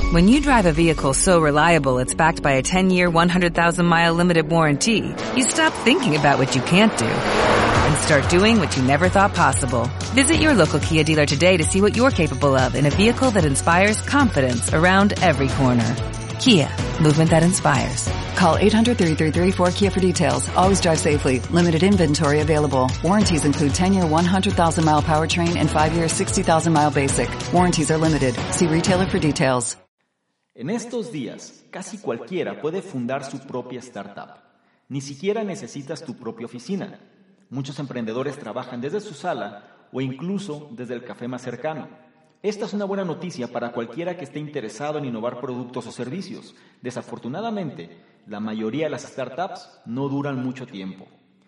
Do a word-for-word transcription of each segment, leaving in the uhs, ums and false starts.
When you drive a vehicle so reliable it's backed by a ten-year, one hundred thousand mile limited warranty, you stop thinking about what you can't do and start doing what you never thought possible. Visit your local Kia dealer today to see what you're capable of in a vehicle that inspires confidence around every corner. Kia, movement that inspires. Call eight hundred, three three three, four K I A for details. Always drive safely. Limited inventory available. Warranties include ten-year, one hundred thousand mile powertrain and five-year, sixty thousand mile basic. Warranties are limited. See retailer for details. En estos días, casi cualquiera puede fundar su propia startup. Ni siquiera necesitas tu propia oficina. Muchos emprendedores trabajan desde su sala o incluso desde el café más cercano. Esta es una buena noticia para cualquiera que esté interesado en innovar productos o servicios. Desafortunadamente, la mayoría de las startups no duran mucho tiempo.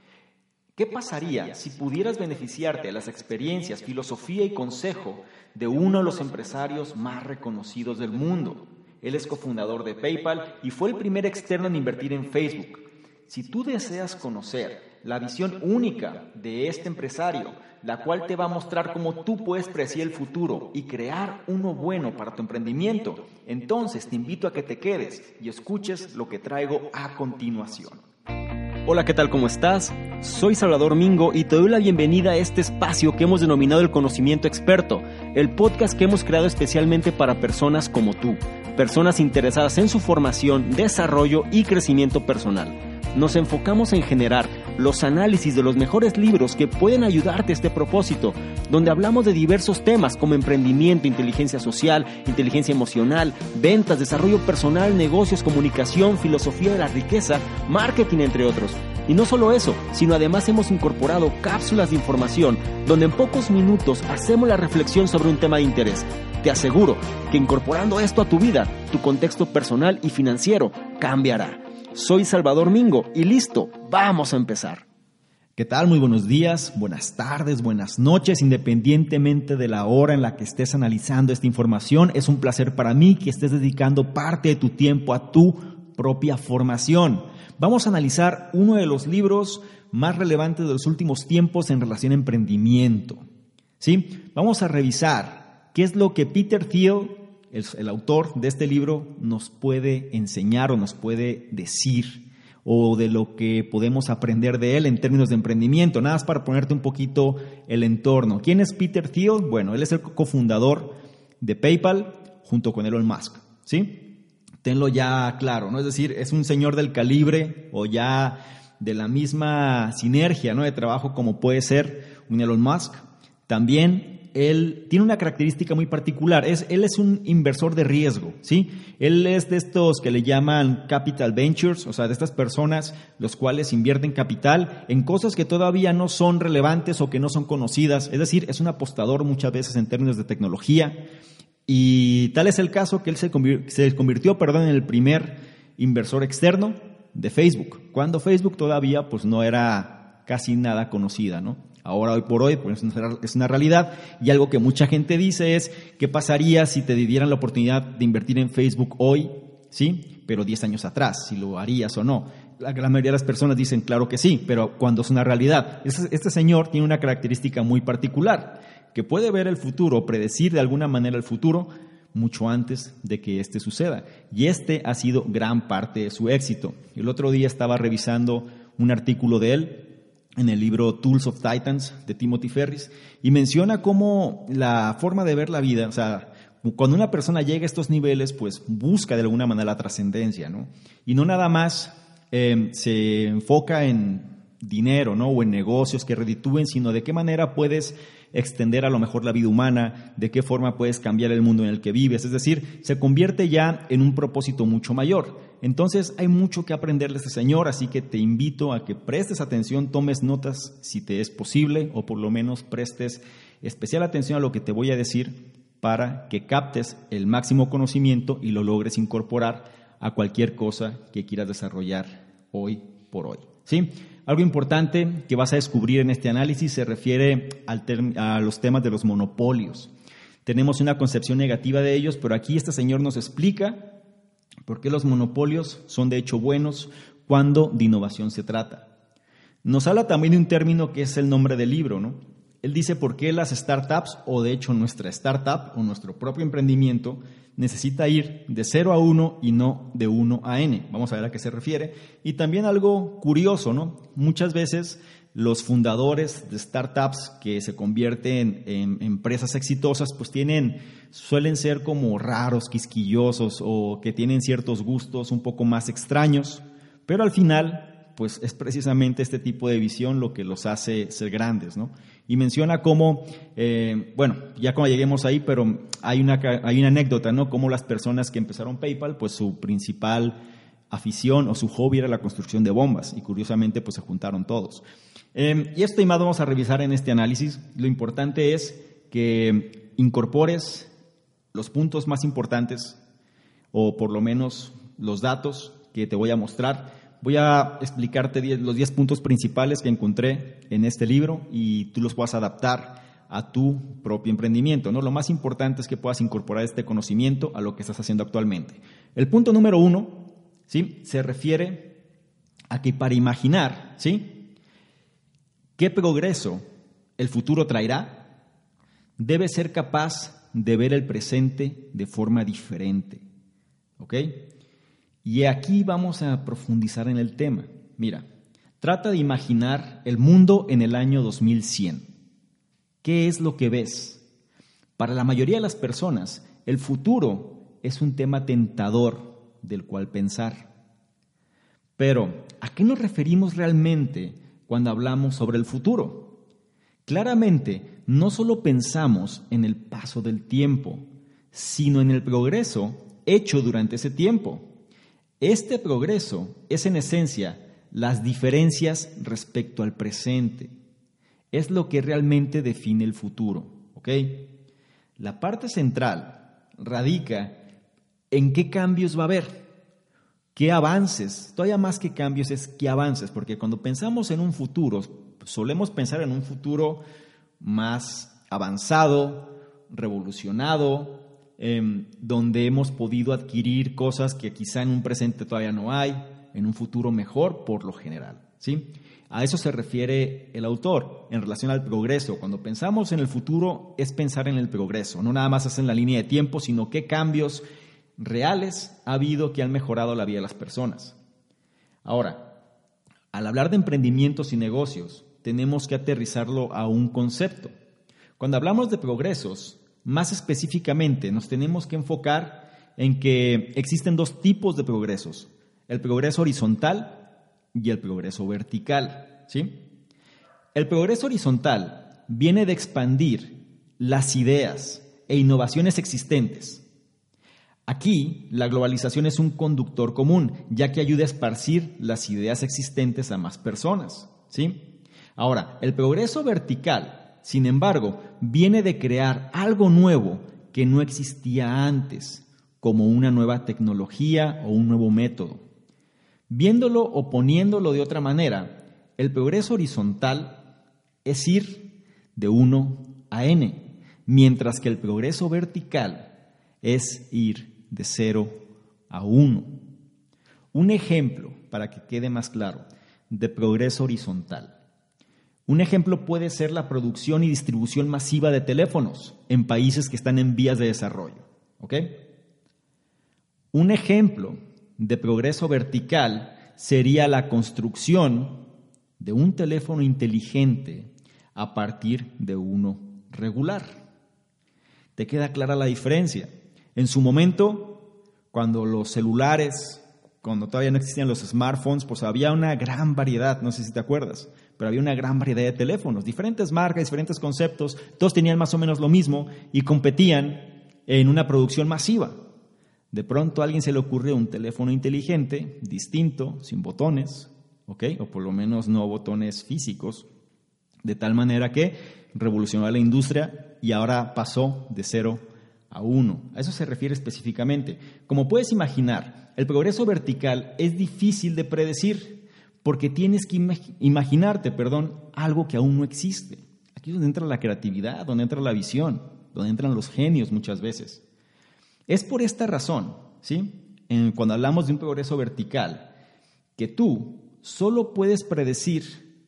¿Qué pasaría si pudieras beneficiarte de las experiencias, filosofía y consejo de uno de los empresarios más reconocidos del mundo? Él es cofundador de PayPal y fue el primer externo en invertir en Facebook. Si tú deseas conocer la visión única de este empresario, la cual te va a mostrar cómo tú puedes predecir el futuro y crear uno bueno para tu emprendimiento, entonces te invito a que te quedes y escuches lo que traigo a continuación. Hola, ¿qué tal? ¿Cómo estás? Soy Salvador Mingo y te doy la bienvenida a este espacio que hemos denominado el Conocimiento Experto, el podcast que hemos creado especialmente para personas como tú, personas interesadas en su formación, desarrollo y crecimiento personal. Nos enfocamos en generar los análisis de los mejores libros que pueden ayudarte a este propósito, donde hablamos de diversos temas como emprendimiento, inteligencia social, inteligencia emocional, ventas, desarrollo personal, negocios, comunicación, filosofía de la riqueza, marketing, entre otros. Y no solo eso, sino además hemos incorporado cápsulas de información donde en pocos minutos hacemos la reflexión sobre un tema de interés. Te aseguro que incorporando esto a tu vida, tu contexto personal y financiero cambiará. Soy Salvador Mingo y listo, vamos a empezar. ¿Qué tal? Muy buenos días, buenas tardes, buenas noches, independientemente de la hora en la que estés analizando esta información. Es un placer para mí que estés dedicando parte de tu tiempo a tu propia formación. Vamos a analizar uno de los libros más relevantes de los últimos tiempos en relación a emprendimiento. ¿Sí? Vamos a revisar qué es lo que Peter Thiel, El, el autor de este libro, nos puede enseñar o nos puede decir, o de lo que podemos aprender de él en términos de emprendimiento. Nada más para ponerte un poquito el entorno. ¿Quién es Peter Thiel? Bueno, él es el cofundador de PayPal junto con Elon Musk, ¿sí? Tenlo ya claro, ¿no? Es decir, es un señor del calibre o ya de la misma sinergia, ¿no?, de trabajo como puede ser un Elon Musk. También él tiene una característica muy particular. Es, él es un inversor de riesgo, ¿sí? Él es de estos que le llaman capital ventures, o sea, de estas personas los cuales invierten capital en cosas que todavía no son relevantes o que no son conocidas. Es decir, es un apostador muchas veces en términos de tecnología. Y tal es el caso que él se convirtió, se convirtió perdón, en el primer inversor externo de Facebook, cuando Facebook todavía pues, no era casi nada conocida, ¿no? Ahora, hoy por hoy, pues es una realidad, y algo que mucha gente dice es, ¿qué pasaría si te dieran la oportunidad de invertir en Facebook hoy, sí, pero diez años atrás, si lo harías o no? La gran mayoría de las personas dicen, claro que sí, pero cuando es una realidad. Este, este señor tiene una característica muy particular, que puede ver el futuro, predecir de alguna manera el futuro, mucho antes de que este suceda, y este ha sido gran parte de su éxito. El otro día estaba revisando un artículo de él, en el libro Tools of Titans de Timothy Ferris, y menciona cómo la forma de ver la vida, o sea, cuando una persona llega a estos niveles, pues busca de alguna manera la trascendencia, ¿no? Y no nada más eh, se enfoca en dinero, ¿no?, o en negocios que reditúen, sino de qué manera puedes extender a lo mejor la vida humana, de qué forma puedes cambiar el mundo en el que vives. Es decir, se convierte ya en un propósito mucho mayor. Entonces hay mucho que aprender de este señor, así que te invito a que prestes atención, tomes notas si te es posible, o por lo menos prestes especial atención a lo que te voy a decir para que captes el máximo conocimiento y lo logres incorporar a cualquier cosa que quieras desarrollar hoy por hoy, ¿sí? Algo importante que vas a descubrir en este análisis se refiere al term- a los temas de los monopolios. Tenemos una concepción negativa de ellos, pero aquí este señor nos explica por qué los monopolios son de hecho buenos cuando de innovación se trata. Nos habla también de un término que es el nombre del libro, ¿no? Él dice por qué las startups, o de hecho nuestra startup o nuestro propio emprendimiento, necesita ir de cero a uno y no de uno a N. Vamos a ver a qué se refiere. Y también algo curioso, ¿no? Muchas veces los fundadores de startups que se convierten en, en empresas exitosas, pues tienen, suelen ser como raros, quisquillosos, o que tienen ciertos gustos un poco más extraños, pero al final, pues es precisamente este tipo de visión lo que los hace ser grandes, ¿no? Y menciona cómo, eh, bueno, ya cuando lleguemos ahí, pero hay una, hay una anécdota, ¿no? Cómo las personas que empezaron PayPal, pues su principal afición o su hobby era la construcción de bombas, y curiosamente pues se juntaron todos. Eh, y esto y más vamos a revisar en este análisis. Lo importante es que incorpores los puntos más importantes, o por lo menos los datos que te voy a mostrar. Voy a explicarte diez, los diez puntos principales que encontré en este libro y tú los puedas adaptar a tu propio emprendimiento, ¿no? Lo más importante es que puedas incorporar este conocimiento a lo que estás haciendo actualmente. El punto número uno, ¿sí?, se refiere a que para imaginar, ¿sí?, qué progreso el futuro traerá, debes ser capaz de ver el presente de forma diferente, ¿ok? Y aquí vamos a profundizar en el tema. Mira, trata de imaginar el mundo en el año dos mil cien. ¿Qué es lo que ves? Para la mayoría de las personas, el futuro es un tema tentador del cual pensar. Pero, ¿a qué nos referimos realmente cuando hablamos sobre el futuro? Claramente, no solo pensamos en el paso del tiempo, sino en el progreso hecho durante ese tiempo. Este progreso es en esencia las diferencias respecto al presente. Es lo que realmente define el futuro, ¿ok? La parte central radica en qué cambios va a haber, qué avances. Todavía más que cambios es qué avances, porque cuando pensamos en un futuro, solemos pensar en un futuro más avanzado, revolucionado, Eh, donde hemos podido adquirir cosas que quizá en un presente todavía no hay, en un futuro mejor por lo general, ¿sí? A eso se refiere el autor en relación al progreso. Cuando pensamos en el futuro es pensar en el progreso, no nada más es en la línea de tiempo, sino qué cambios reales ha habido que han mejorado la vida de las personas. Ahora, al hablar de emprendimientos y negocios, tenemos que aterrizarlo a un concepto. Cuando hablamos de progresos, más específicamente, nos tenemos que enfocar en que existen dos tipos de progresos, el progreso horizontal y el progreso vertical, ¿sí? El progreso horizontal viene de expandir las ideas e innovaciones existentes. Aquí, la globalización es un conductor común, ya que ayuda a esparcir las ideas existentes a más personas, ¿sí? Ahora, el progreso vertical, sin embargo, viene de crear algo nuevo que no existía antes, como una nueva tecnología o un nuevo método. Viéndolo o poniéndolo de otra manera, el progreso horizontal es ir de uno a N, mientras que el progreso vertical es ir de cero a uno. Un ejemplo, para que quede más claro, de progreso horizontal. Un ejemplo puede ser la producción y distribución masiva de teléfonos en países que están en vías de desarrollo, ¿ok? Un ejemplo de progreso vertical sería la construcción de un teléfono inteligente a partir de uno regular. ¿Te queda clara la diferencia? En su momento, cuando los celulares, cuando todavía no existían los smartphones, pues había una gran variedad, no sé si te acuerdas, pero había una gran variedad de teléfonos, diferentes marcas, diferentes conceptos, todos tenían más o menos lo mismo y competían en una producción masiva. De pronto a alguien se le ocurrió un teléfono inteligente, distinto, sin botones, ¿ok? O por lo menos no botones físicos, de tal manera que revolucionó la industria y ahora pasó de cero a uno. A eso se refiere específicamente. Como puedes imaginar, el progreso vertical es difícil de predecir porque tienes que imag- imaginarte, perdón, algo que aún no existe. Aquí es donde entra la creatividad, donde entra la visión, donde entran los genios muchas veces. Es por esta razón, ¿sí? En, cuando hablamos de un progreso vertical, que tú solo puedes predecir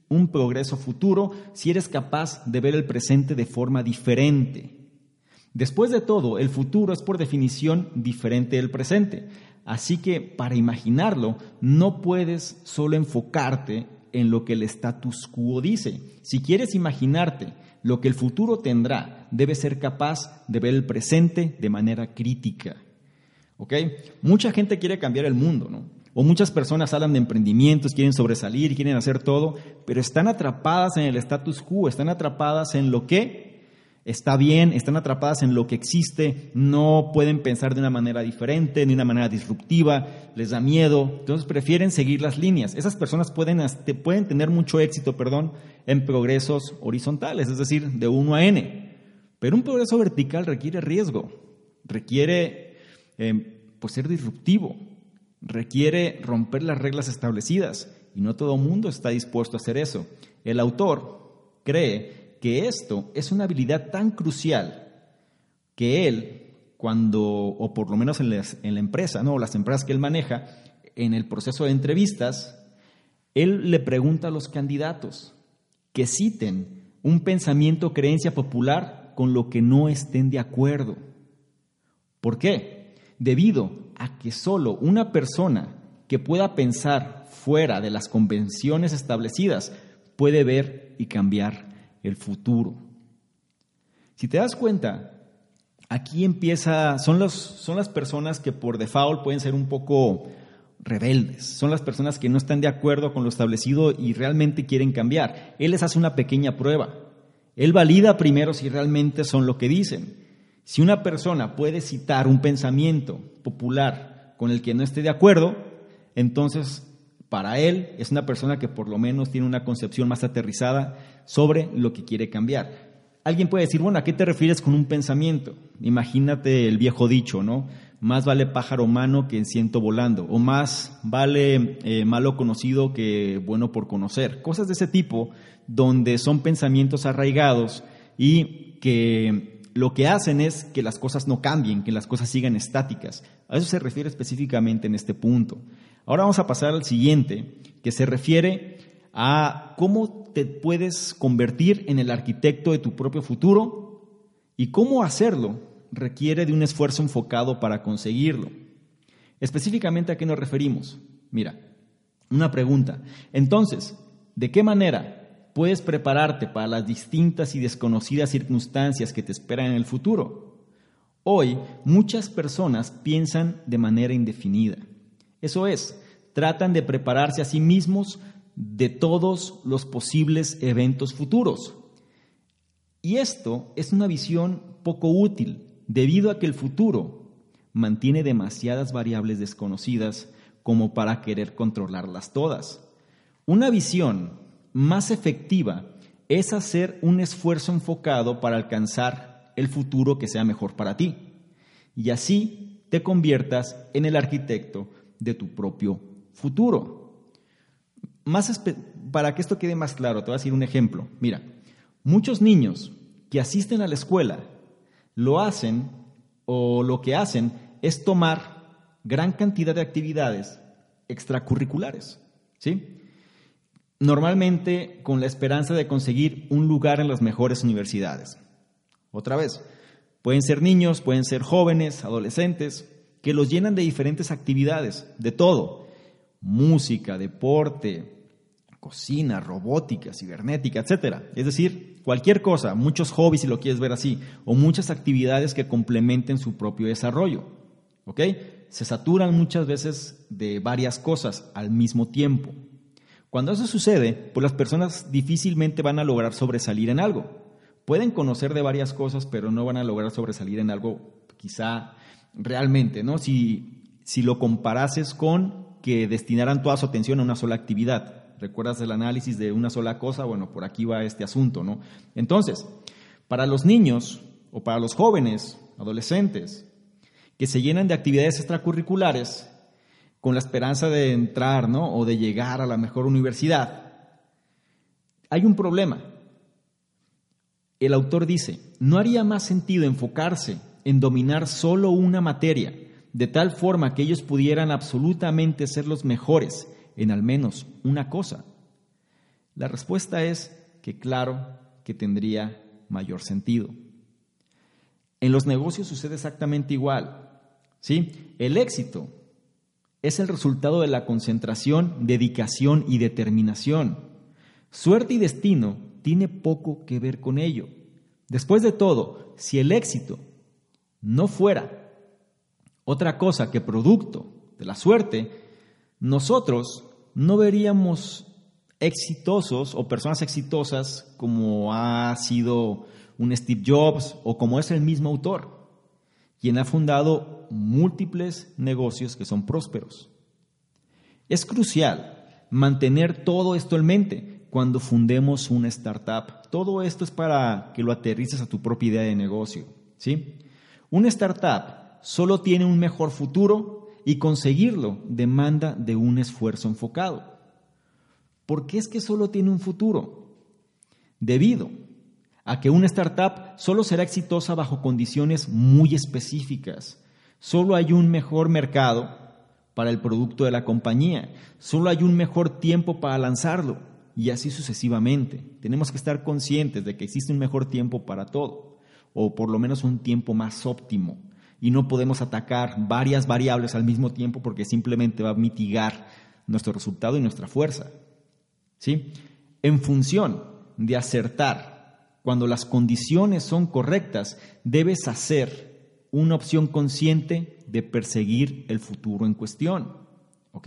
un progreso futuro si eres capaz de ver el presente de forma diferente. Después de todo, el futuro es por definición diferente del presente. Así que para imaginarlo, no puedes solo enfocarte en lo que el status quo dice. Si quieres imaginarte lo que el futuro tendrá, debes ser capaz de ver el presente de manera crítica. ¿Ok? Mucha gente quiere cambiar el mundo, ¿no? O muchas personas hablan de emprendimientos, quieren sobresalir, quieren hacer todo, pero están atrapadas en el status quo, están atrapadas en lo que está bien, están atrapadas en lo que existe, no pueden pensar de una manera diferente, de una manera disruptiva, les da miedo, entonces prefieren seguir las líneas. Esas personas pueden, pueden tener mucho éxito, perdón, en progresos horizontales, es decir, de uno a ene, pero un progreso vertical requiere riesgo, requiere eh, pues ser disruptivo, requiere romper las reglas establecidas y no todo el mundo está dispuesto a hacer eso. El autor cree que esto es una habilidad tan crucial que él, cuando, o por lo menos en, las, en la empresa, ¿no? las empresas que él maneja, en el proceso de entrevistas, él le pregunta a los candidatos que citen un pensamiento o creencia popular con lo que no estén de acuerdo. ¿Por qué? Debido a que solo una persona que pueda pensar fuera de las convenciones establecidas puede ver y cambiar el futuro. Si te das cuenta, aquí empieza, son, los, son las personas que por default pueden ser un poco rebeldes, son las personas que no están de acuerdo con lo establecido y realmente quieren cambiar. Él les hace una pequeña prueba. Él valida primero si realmente son lo que dicen. Si una persona puede citar un pensamiento popular con el que no esté de acuerdo, entonces para él es una persona que por lo menos tiene una concepción más aterrizada sobre lo que quiere cambiar. Alguien puede decir, bueno, ¿a qué te refieres con un pensamiento? Imagínate el viejo dicho, ¿no? Más vale pájaro mano que ciento volando, o más vale eh, malo conocido que bueno por conocer. Cosas de ese tipo, donde son pensamientos arraigados y que lo que hacen es que las cosas no cambien, que las cosas sigan estáticas. A eso se refiere específicamente en este punto. Ahora vamos a pasar al siguiente, que se refiere a cómo te puedes convertir en el arquitecto de tu propio futuro y cómo hacerlo requiere de un esfuerzo enfocado para conseguirlo. Específicamente, ¿a qué nos referimos? Mira, una pregunta. Entonces, ¿de qué manera puedes prepararte para las distintas y desconocidas circunstancias que te esperan en el futuro? Hoy, muchas personas piensan de manera indefinida. Eso es, tratan de prepararse a sí mismos de todos los posibles eventos futuros. Y esto es una visión poco útil, debido a que el futuro mantiene demasiadas variables desconocidas como para querer controlarlas todas. Una visión más efectiva es hacer un esfuerzo enfocado para alcanzar el futuro que sea mejor para ti. Y así te conviertas en el arquitecto de tu propio futuro. Más espe- para que esto quede más claro, te voy a decir un ejemplo. Mira, muchos niños que asisten a la escuela lo hacen o lo que hacen es tomar gran cantidad de actividades extracurriculares, ¿sí? Normalmente con la esperanza de conseguir un lugar en las mejores universidades. Otra vez, pueden ser niños, pueden ser jóvenes, adolescentes, que los llenan de diferentes actividades, de todo, música, deporte, cocina, robótica, cibernética, etcétera. Es decir, cualquier cosa, muchos hobbies si lo quieres ver así, o muchas actividades que complementen su propio desarrollo, ¿ok? Se saturan muchas veces de varias cosas al mismo tiempo. Cuando eso sucede, pues las personas difícilmente van a lograr sobresalir en algo. Pueden conocer de varias cosas, pero no van a lograr sobresalir en algo quizá realmente, ¿no? Si, si lo comparases con que destinaran toda su atención a una sola actividad. ¿Recuerdas el análisis de una sola cosa? Bueno, por aquí va este asunto, ¿no? Entonces, para los niños o para los jóvenes, adolescentes, que se llenan de actividades extracurriculares con la esperanza de entrar, ¿no? O de llegar a la mejor universidad, hay un problema. El autor dice, ¿no haría más sentido enfocarse en dominar solo una materia, de tal forma que ellos pudieran absolutamente ser los mejores en al menos una cosa? La respuesta es que claro que tendría mayor sentido. En los negocios sucede exactamente igual, ¿sí? El éxito es el resultado de la concentración, dedicación y determinación. Suerte y destino tiene poco que ver con ello. Después de todo, si el éxito no fuera otra cosa que producto de la suerte, nosotros no veríamos exitosos o personas exitosas como ha sido un Steve Jobs o como es el mismo autor, quien ha fundado múltiples negocios que son prósperos. Es crucial mantener todo esto en mente cuando fundemos una startup. Todo esto es para que lo aterrices a tu propia idea de negocio, ¿sí? Una startup solo tiene un mejor futuro y conseguirlo demanda de un esfuerzo enfocado. ¿Por qué es que solo tiene un futuro? Debido a que una startup solo será exitosa bajo condiciones muy específicas. Solo hay un mejor mercado para el producto de la compañía. Solo hay un mejor tiempo para lanzarlo y así sucesivamente. Tenemos que estar conscientes de que existe un mejor tiempo para todo, o por lo menos un tiempo más óptimo. Y no podemos atacar varias variables al mismo tiempo porque simplemente va a mitigar nuestro resultado y nuestra fuerza, ¿sí? En función de acertar, cuando las condiciones son correctas, debes hacer una opción consciente de perseguir el futuro en cuestión, ¿ok?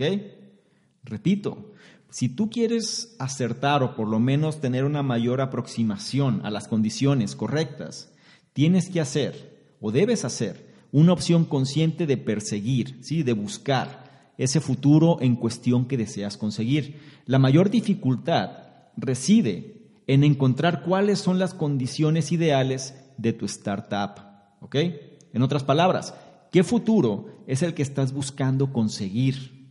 Repito, si tú quieres acertar o por lo menos tener una mayor aproximación a las condiciones correctas, tienes que hacer o debes hacer una opción consciente de perseguir, ¿sí? De buscar ese futuro en cuestión que deseas conseguir. La mayor dificultad reside en encontrar cuáles son las condiciones ideales de tu startup, ¿ok? En otras palabras, ¿qué futuro es el que estás buscando conseguir?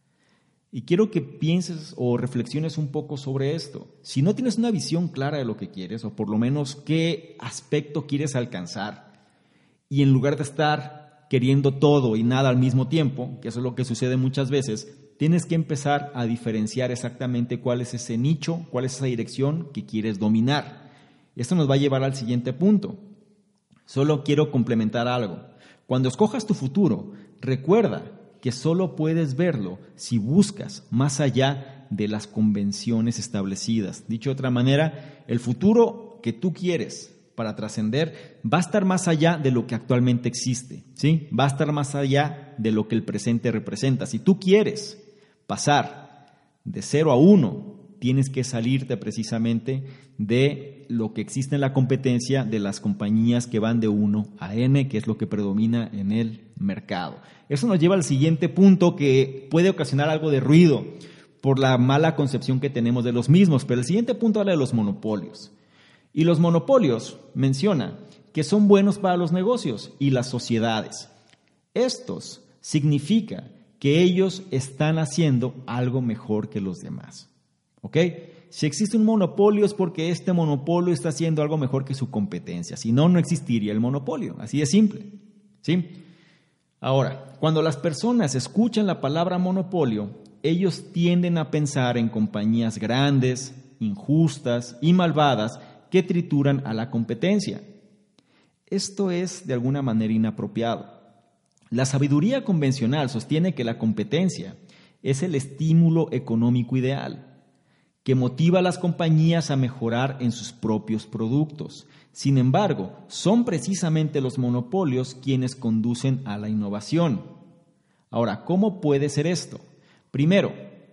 Y quiero que pienses o reflexiones un poco sobre esto. Si no tienes una visión clara de lo que quieres, o por lo menos qué aspecto quieres alcanzar, y en lugar de estar queriendo todo y nada al mismo tiempo, que eso es lo que sucede muchas veces, tienes que empezar a diferenciar exactamente cuál es ese nicho, cuál es esa dirección que quieres dominar. Esto nos va a llevar al siguiente punto. Solo quiero complementar algo. Cuando escojas tu futuro, recuerda que solo puedes verlo si buscas más allá de las convenciones establecidas. Dicho de otra manera, el futuro que tú quieres para trascender va a estar más allá de lo que actualmente existe, ¿sí? Va a estar más allá de lo que el presente representa. Si tú quieres pasar de cero a uno, tienes que salirte precisamente de lo que existe en la competencia de las compañías que van de uno a N, que es lo que predomina en el mercado. Eso nos lleva al siguiente punto que puede ocasionar algo de ruido por la mala concepción que tenemos de los mismos, pero el siguiente punto habla de los monopolios. Y los monopolios menciona que son buenos para los negocios y las sociedades. Estos significa que ellos están haciendo algo mejor que los demás. ¿Ok? Si existe un monopolio es porque este monopolio está haciendo algo mejor que su competencia. Si no, no existiría el monopolio. Así de simple, ¿sí? Ahora, cuando las personas escuchan la palabra monopolio, ellos tienden a pensar en compañías grandes, injustas y malvadas que trituran a la competencia. Esto es de alguna manera inapropiado. La sabiduría convencional sostiene que la competencia es el estímulo económico ideal que motiva a las compañías a mejorar en sus propios productos. Sin embargo, son precisamente los monopolios quienes conducen a la innovación. Ahora, ¿cómo puede ser esto? Primero,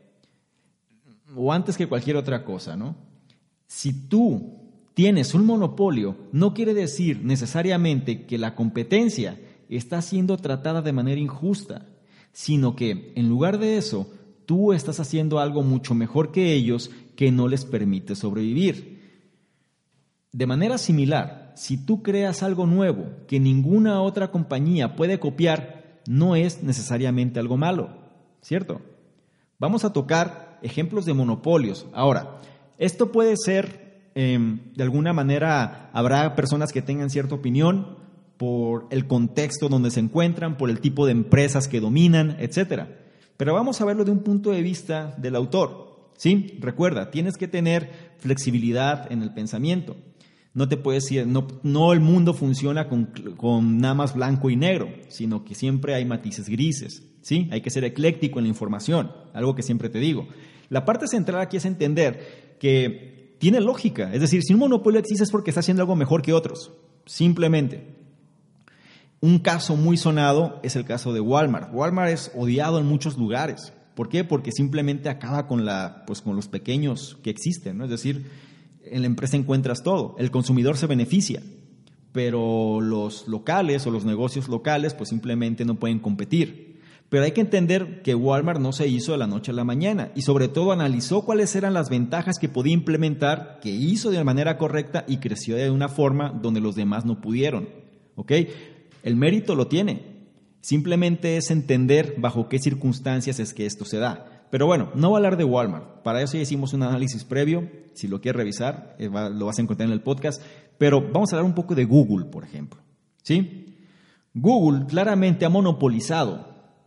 o antes que cualquier otra cosa, ¿no? Si tú tienes un monopolio, no quiere decir necesariamente que la competencia está siendo tratada de manera injusta, sino que en lugar de eso, tú estás haciendo algo mucho mejor que ellos que no les permite sobrevivir. De manera similar, si tú creas algo nuevo que ninguna otra compañía puede copiar, no es necesariamente algo malo, ¿cierto? Vamos a tocar ejemplos de monopolios. Ahora, esto puede ser, eh, de alguna manera, habrá personas que tengan cierta opinión por el contexto donde se encuentran, por el tipo de empresas que dominan, etcétera. Pero vamos a verlo de un punto de vista del autor, ¿Sí? Recuerda, tienes que tener flexibilidad en el pensamiento. No te puedes decir, no, no el mundo funciona con, con nada más blanco y negro, sino que siempre hay matices grises, ¿sí? Hay que ser ecléctico en la información, algo que siempre te digo. La parte central aquí es entender que tiene lógica, es decir, si un monopolio existe es porque está haciendo algo mejor que otros, simplemente. Un caso muy sonado es el caso de Walmart. Walmart es odiado en muchos lugares. ¿Por qué? Porque simplemente acaba con, la, pues, con los pequeños que existen, ¿no? Es decir, en la empresa encuentras todo. El consumidor se beneficia, pero los locales o los negocios locales pues simplemente no pueden competir. Pero hay que entender que Walmart no se hizo de la noche a la mañana y sobre todo analizó cuáles eran las ventajas que podía implementar, que hizo de manera correcta y creció de una forma donde los demás no pudieron. ¿Ok? El mérito lo tiene. Simplemente es entender bajo qué circunstancias es que esto se da. Pero bueno, no voy a hablar de Walmart. Para eso ya hicimos un análisis previo. Si lo quieres revisar, eh, va, lo vas a encontrar en el podcast. Pero vamos a hablar un poco de Google, por ejemplo. ¿Sí? Google claramente ha monopolizado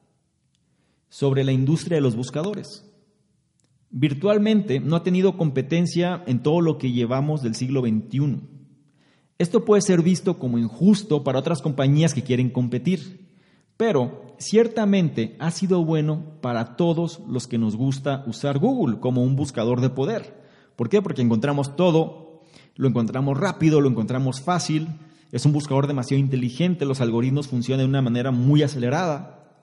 sobre la industria de los buscadores. Virtualmente no ha tenido competencia en todo lo que llevamos del siglo veintiuno. Esto puede ser visto como injusto para otras compañías que quieren competir. Pero ciertamente ha sido bueno para todos los que nos gusta usar Google como un buscador de poder. ¿Por qué? Porque encontramos todo, lo encontramos rápido, lo encontramos fácil, es un buscador demasiado inteligente, los algoritmos funcionan de una manera muy acelerada.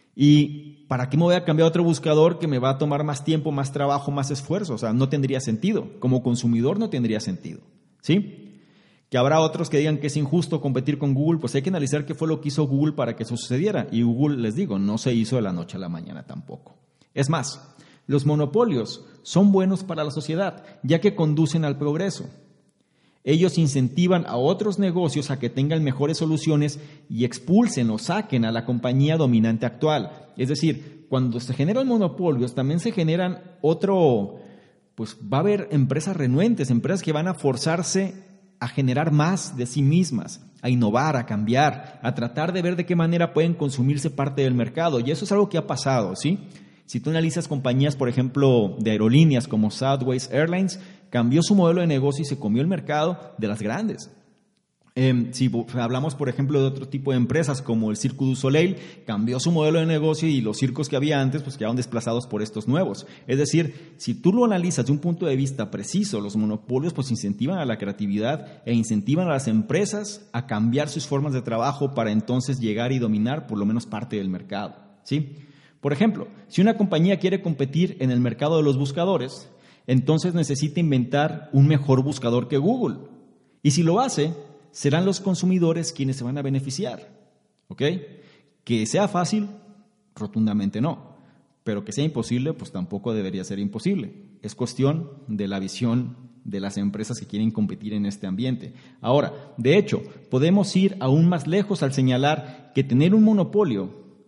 ¿Y para qué me voy a cambiar a otro buscador que me va a tomar más tiempo, más trabajo, más esfuerzo? O sea, no tendría sentido. Como consumidor no tendría sentido. ¿Sí? Que habrá otros que digan que es injusto competir con Google, pues hay que analizar qué fue lo que hizo Google para que eso sucediera. Y Google, les digo, no se hizo de la noche a la mañana tampoco. Es más, los monopolios son buenos para la sociedad, ya que conducen al progreso. Ellos incentivan a otros negocios a que tengan mejores soluciones y expulsen o saquen a la compañía dominante actual. Es decir, cuando se generan monopolios, también se generan otro, pues va a haber empresas renuentes, empresas que van a forzarse a generar más de sí mismas, a innovar, a cambiar, a tratar de ver de qué manera pueden consumirse parte del mercado. Y eso es algo que ha pasado, ¿sí? Si tú analizas compañías, por ejemplo, de aerolíneas como Southwest Airlines, cambió su modelo de negocio y se comió el mercado de las grandes. Eh, si hablamos, por ejemplo, de otro tipo de empresas como el Cirque du Soleil, cambió su modelo de negocio y los circos que había antes pues quedaron desplazados por estos nuevos. Es decir, si tú lo analizas de un punto de vista preciso, los monopolios pues incentivan a la creatividad e incentivan a las empresas a cambiar sus formas de trabajo para entonces llegar y dominar por lo menos parte del mercado, ¿sí? Por ejemplo, si una compañía quiere competir en el mercado de los buscadores, entonces necesita inventar un mejor buscador que Google. Y si lo hace, serán los consumidores quienes se van a beneficiar, ¿ok? Que sea fácil, rotundamente no, pero que sea imposible, pues tampoco debería ser imposible. Es cuestión de la visión de las empresas que quieren competir en este ambiente. Ahora, de hecho, podemos ir aún más lejos al señalar que tener un monopolio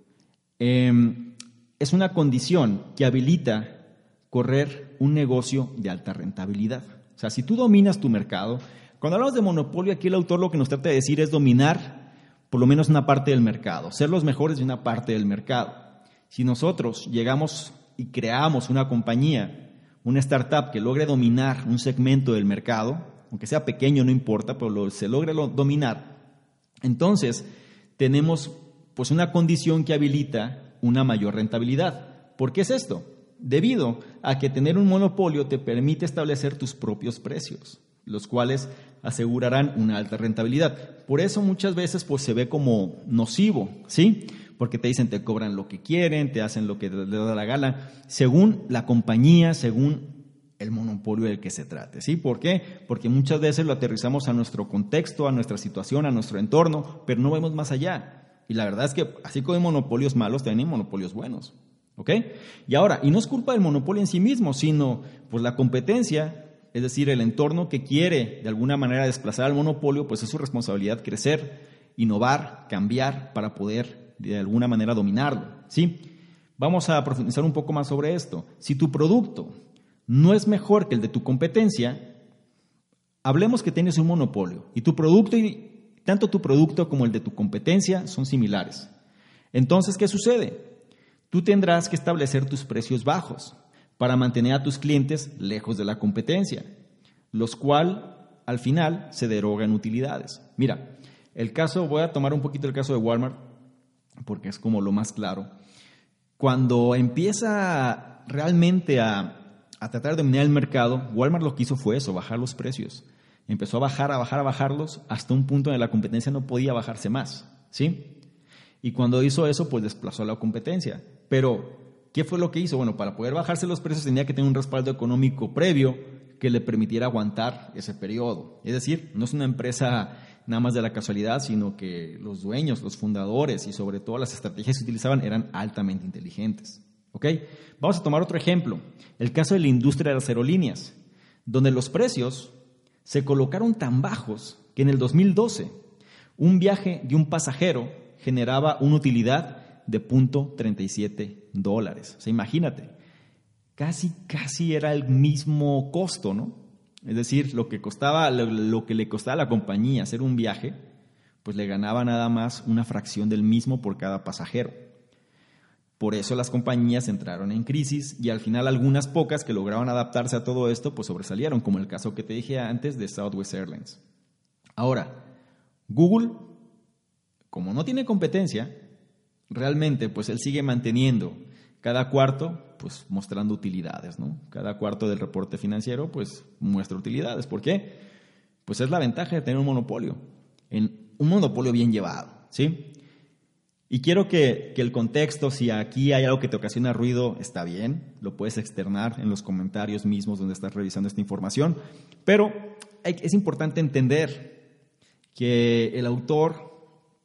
eh, es una condición que habilita correr un negocio de alta rentabilidad. O sea, si tú dominas tu mercado. Cuando hablamos de monopolio, aquí el autor lo que nos trata de decir es dominar por lo menos una parte del mercado, ser los mejores de una parte del mercado. Si nosotros llegamos y creamos una compañía, una startup que logre dominar un segmento del mercado, aunque sea pequeño, no importa, pero lo, se logre lo, dominar, entonces tenemos pues una condición que habilita una mayor rentabilidad. ¿Por qué es esto? Debido a que tener un monopolio te permite establecer tus propios precios, los cuales asegurarán una alta rentabilidad. Por eso muchas veces pues, se ve como nocivo, ¿sí? Porque te dicen te cobran lo que quieren, te hacen lo que les da la gana, según la compañía, según el monopolio del que se trate, ¿sí? ¿Por qué? Porque muchas veces lo aterrizamos a nuestro contexto, a nuestra situación, a nuestro entorno, pero no vemos más allá. Y la verdad es que así como hay monopolios malos, también hay monopolios buenos, ¿ok? Y ahora, y no es culpa del monopolio en sí mismo, sino pues la competencia. Es decir, el entorno que quiere de alguna manera desplazar al monopolio, pues es su responsabilidad crecer, innovar, cambiar para poder de alguna manera dominarlo, ¿sí? Vamos a profundizar un poco más sobre esto. Si tu producto no es mejor que el de tu competencia, hablemos que tienes un monopolio y tu producto, y tanto tu producto como el de tu competencia son similares. Entonces, ¿qué sucede? Tú tendrás que establecer tus precios bajos para mantener a tus clientes lejos de la competencia, los cuales al final se derogan utilidades. Mira, el caso, voy a tomar un poquito el caso de Walmart porque es como lo más claro. Cuando empieza realmente a, a tratar de dominar el mercado, Walmart lo que hizo fue eso, bajar los precios. Empezó a bajar, a bajar, a bajarlos hasta un punto en que la competencia no podía bajarse más, ¿sí? Y cuando hizo eso, pues desplazó a la competencia. Pero, ¿qué fue lo que hizo? Bueno, para poder bajarse los precios tenía que tener un respaldo económico previo que le permitiera aguantar ese periodo. Es decir, no es una empresa nada más de la casualidad, sino que los dueños, los fundadores y sobre todo las estrategias que utilizaban eran altamente inteligentes. ¿Ok? Vamos a tomar otro ejemplo, el caso de la industria de las aerolíneas, donde los precios se colocaron tan bajos que en el dos mil doce un viaje de un pasajero generaba una utilidad de cero punto treinta y siete dólares. O sea, imagínate, casi, casi era el mismo costo, ¿no? Es decir, lo que costaba, lo, lo que le costaba a la compañía hacer un viaje, pues le ganaba nada más una fracción del mismo por cada pasajero. Por eso las compañías entraron en crisis y al final algunas pocas que lograban adaptarse a todo esto, pues sobresalieron, como el caso que te dije antes de Southwest Airlines. Ahora, Google, como no tiene competencia, realmente pues él sigue manteniendo cada cuarto, pues mostrando utilidades, ¿no? Cada cuarto del reporte financiero, pues muestra utilidades. ¿Por qué? Pues es la ventaja de tener un monopolio, en un monopolio bien llevado, ¿sí? Y quiero que, que el contexto, si aquí hay algo que te ocasiona ruido, está bien, lo puedes externar en los comentarios mismos donde estás revisando esta información, pero es importante entender que el autor,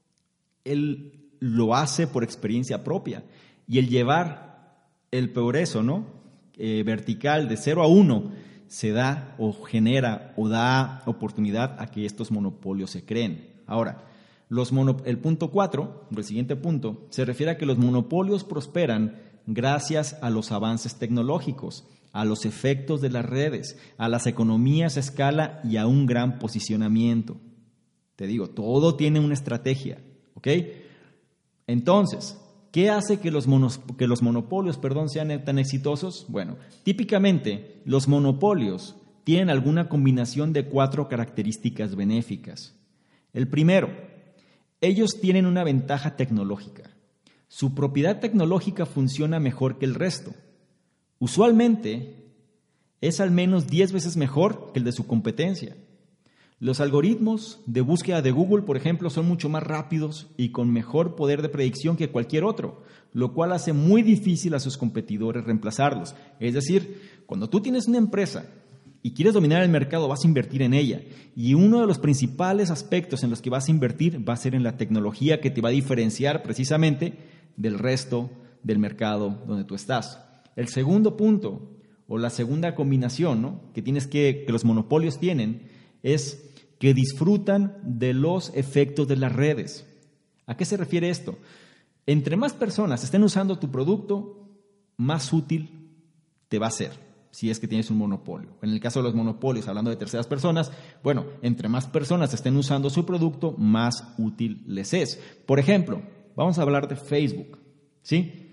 él lo hace por experiencia propia y el llevar el progreso, ¿no? Eh, vertical de cero a uno se da o genera o da oportunidad a que estos monopolios se creen. Ahora, los mono, el punto cuatro, el siguiente punto, se refiere a que los monopolios prosperan gracias a los avances tecnológicos, a los efectos de las redes, a las economías a escala y a un gran posicionamiento. Te digo, todo tiene una estrategia, ¿ok? Entonces, ¿qué hace que los, monos, que los monopolios perdón, sean tan exitosos? Bueno, típicamente los monopolios tienen alguna combinación de cuatro características benéficas. El primero, ellos tienen una ventaja tecnológica. Su propiedad tecnológica funciona mejor que el resto. Usualmente es al menos diez veces mejor que el de su competencia. Los algoritmos de búsqueda de Google, por ejemplo, son mucho más rápidos y con mejor poder de predicción que cualquier otro, lo cual hace muy difícil a sus competidores reemplazarlos. Es decir, cuando tú tienes una empresa y quieres dominar el mercado, vas a invertir en ella. Y uno de los principales aspectos en los que vas a invertir va a ser en la tecnología que te va a diferenciar precisamente del resto del mercado donde tú estás. El segundo punto, o la segunda combinación, ¿no?, que tienes que, que los monopolios tienen, es que disfrutan de los efectos de las redes. ¿A qué se refiere esto? Entre más personas estén usando tu producto, más útil te va a ser, si es que tienes un monopolio. En el caso de los monopolios, hablando de terceras personas, bueno, entre más personas estén usando su producto, más útil les es. Por ejemplo, vamos a hablar de Facebook, ¿sí?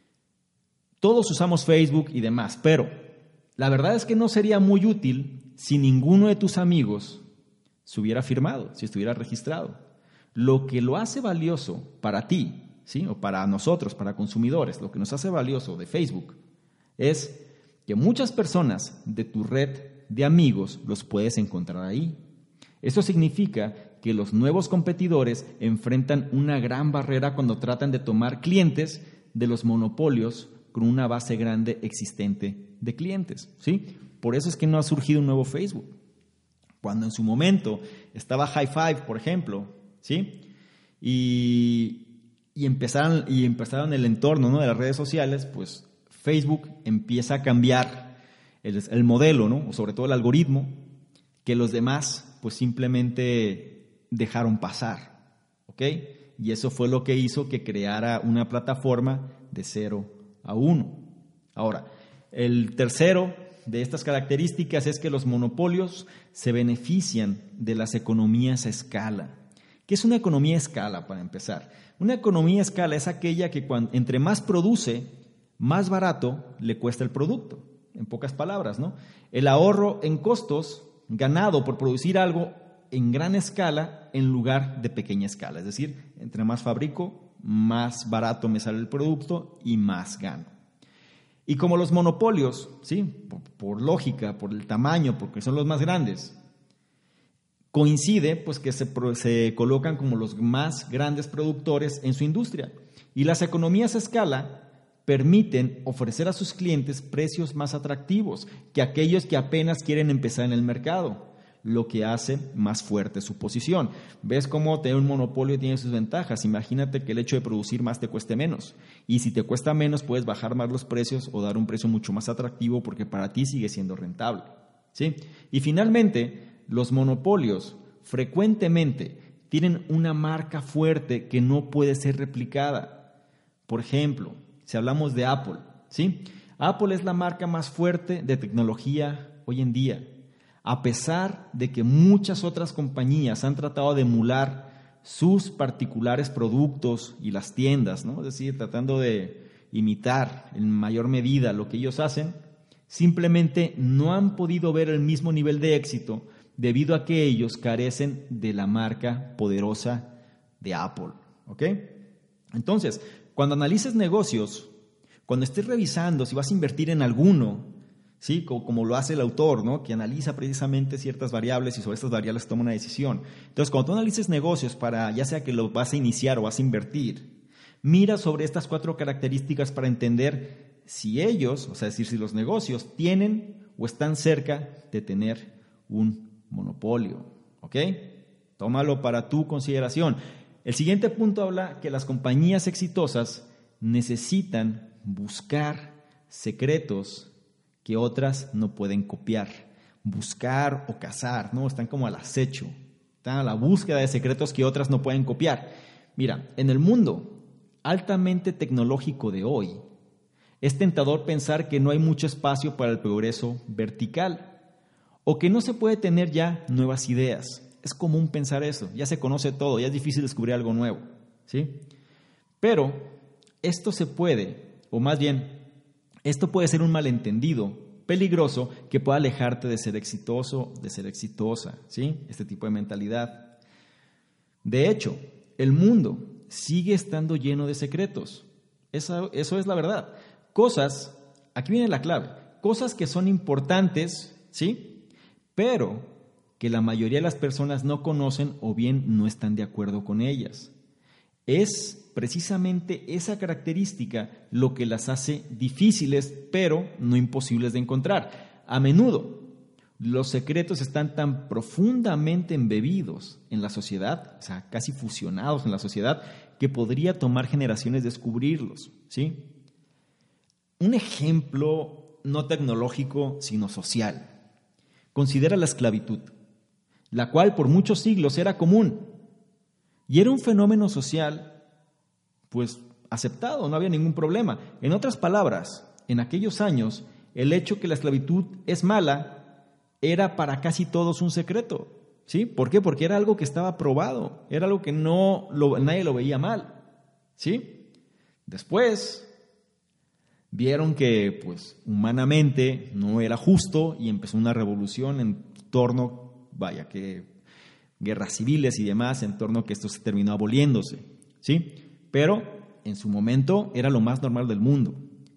Todos usamos Facebook y demás, pero la verdad es que no sería muy útil si ninguno de tus amigos se hubiera firmado, si estuviera registrado. Lo que lo hace valioso para ti, ¿sí?, o para nosotros, para consumidores, lo que nos hace valioso de Facebook es que muchas personas de tu red de amigos los puedes encontrar ahí. Esto significa que los nuevos competidores enfrentan una gran barrera cuando tratan de tomar clientes de los monopolios con una base grande existente de clientes, ¿sí? Por eso es que no ha surgido un nuevo Facebook. Cuando en su momento estaba High Five, por ejemplo, ¿sí?, y, y, empezaron, y empezaron el entorno, ¿no?, de las redes sociales, pues Facebook empieza a cambiar el, el modelo, ¿no?, o sobre todo el algoritmo, que los demás pues simplemente dejaron pasar, ¿ok? Y eso fue lo que hizo que creara una plataforma de cero a uno. Ahora, el tercero de estas características es que los monopolios se benefician de las economías a escala. ¿Qué es una economía a escala, para empezar? Una economía a escala es aquella que cuando, entre más produce, más barato le cuesta el producto. en pocas palabras, ¿no? El ahorro en costos ganado por producir algo en gran escala en lugar de pequeña escala. Es decir, entre más fabrico, más barato me sale el producto y más gano. Y como los monopolios, ¿sí? por, por lógica, por el tamaño, porque son los más grandes, coincide pues que se, se colocan como los más grandes productores en su industria. Y las economías a escala permiten ofrecer a sus clientes precios más atractivos que aquellos que apenas quieren empezar en el mercado, lo que hace más fuerte su posición. ¿Ves cómo tener un monopolio tiene sus ventajas? Imagínate que el hecho de producir más te cueste menos. Y si te cuesta menos, puedes bajar más los precios o dar un precio mucho más atractivo porque para ti sigue siendo rentable, ¿sí? Y finalmente, los monopolios frecuentemente tienen una marca fuerte que no puede ser replicada. Por ejemplo, si hablamos de Apple, ¿sí? Apple es la marca más fuerte de tecnología hoy en día. A pesar de que muchas otras compañías han tratado de emular sus particulares productos y las tiendas, ¿no? Es decir, tratando de imitar en mayor medida lo que ellos hacen, simplemente no han podido ver el mismo nivel de éxito debido a que ellos carecen de la marca poderosa de Apple, ¿ok? Entonces, cuando analices negocios, cuando estés revisando si vas a invertir en alguno, ¿sí? Como, como lo hace el autor, ¿no? Que analiza precisamente ciertas variables y sobre estas variables toma una decisión. Entonces, cuando tú analices negocios para, ya sea que lo vas a iniciar o vas a invertir, mira sobre estas cuatro características para entender si ellos, o sea, es decir, si los negocios tienen o están cerca de tener un monopolio, ¿ok? Tómalo para tu consideración. El siguiente punto habla que las compañías exitosas necesitan buscar secretos que otras no pueden copiar, buscar o cazar, ¿no? Están como al acecho, están a la búsqueda de secretos que otras no pueden copiar. Mira, en el mundo altamente tecnológico de hoy, es tentador pensar que no hay mucho espacio para el progreso vertical o que no se puede tener ya nuevas ideas. Es común pensar eso, ya se conoce todo, ya es difícil descubrir algo nuevo, ¿sí? Pero esto se puede, o más bien, esto puede ser un malentendido peligroso que pueda alejarte de ser exitoso, de ser exitosa, ¿sí? Este tipo de mentalidad. De hecho, el mundo sigue estando lleno de secretos. Eso, eso es la verdad. Cosas, aquí viene la clave, cosas que son importantes, ¿sí? Pero que la mayoría de las personas no conocen o bien no están de acuerdo con ellas. Es precisamente esa característica lo que las hace difíciles, pero no imposibles de encontrar. A menudo, los secretos están tan profundamente embebidos en la sociedad, o sea, casi fusionados en la sociedad, que podría tomar generaciones descubrirlos, ¿sí? Un ejemplo no tecnológico, sino social. Considera la esclavitud, la cual por muchos siglos era común y era un fenómeno social pues aceptado, no había ningún problema. En otras palabras, en aquellos años, el hecho que la esclavitud es mala era para casi todos un secreto, ¿sí? ¿Por qué? Porque era algo que estaba probado, era algo que no lo, nadie lo veía mal, ¿sí? Después vieron que pues humanamente no era justo y empezó una revolución en torno, vaya, que guerras civiles y demás, en torno a que esto se terminó aboliéndose, ¿sí? Pero en su momento era lo más normal del mundo.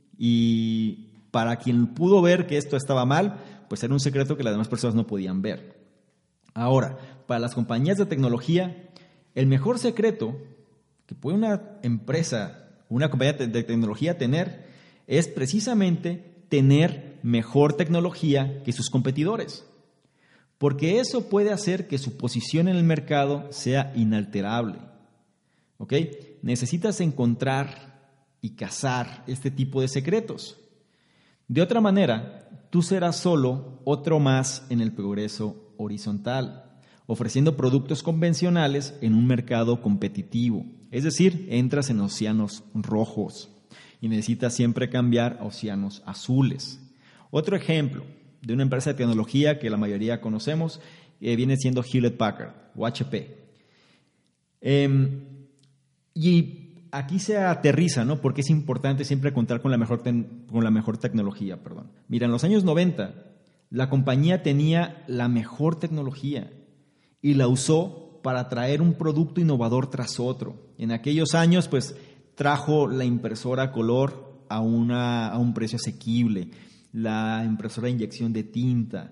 Y para quien pudo ver que esto estaba mal, pues era un secreto que las demás personas no podían ver. Ahora, para las compañías de tecnología, el mejor secreto que puede una empresa, una compañía de tecnología tener, es precisamente tener mejor tecnología que sus competidores. Porque eso puede hacer que su posición en el mercado sea inalterable. ¿Ok? Necesitas encontrar y cazar este tipo de secretos. De otra manera, tú serás solo otro más en el progreso horizontal, ofreciendo productos convencionales en un mercado competitivo. Es decir, entras en océanos rojos y necesitas siempre cambiar a océanos azules. Otro ejemplo de una empresa de tecnología que la mayoría conocemos eh, viene siendo Hewlett Packard o H P. Eh, y aquí se aterriza, ¿no? Porque es importante siempre contar con la mejor, ten, con la mejor tecnología. Perdón. Mira, en los años noventa, la compañía tenía la mejor tecnología y la usó para traer un producto innovador tras otro. En aquellos años, pues, trajo la impresora a color a, una, a un precio asequible, la impresora de inyección de tinta,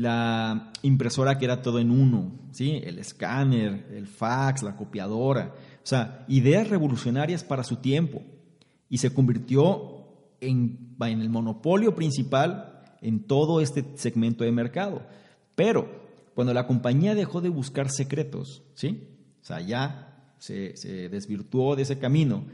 la impresora que era todo en uno, ¿sí? El escáner, el fax, la copiadora. O sea, ideas revolucionarias para su tiempo. Y se convirtió en, en el monopolio principal en todo este segmento de mercado. Pero cuando la compañía dejó de buscar secretos, ¿sí? O sea, ya se, se desvirtuó de ese camino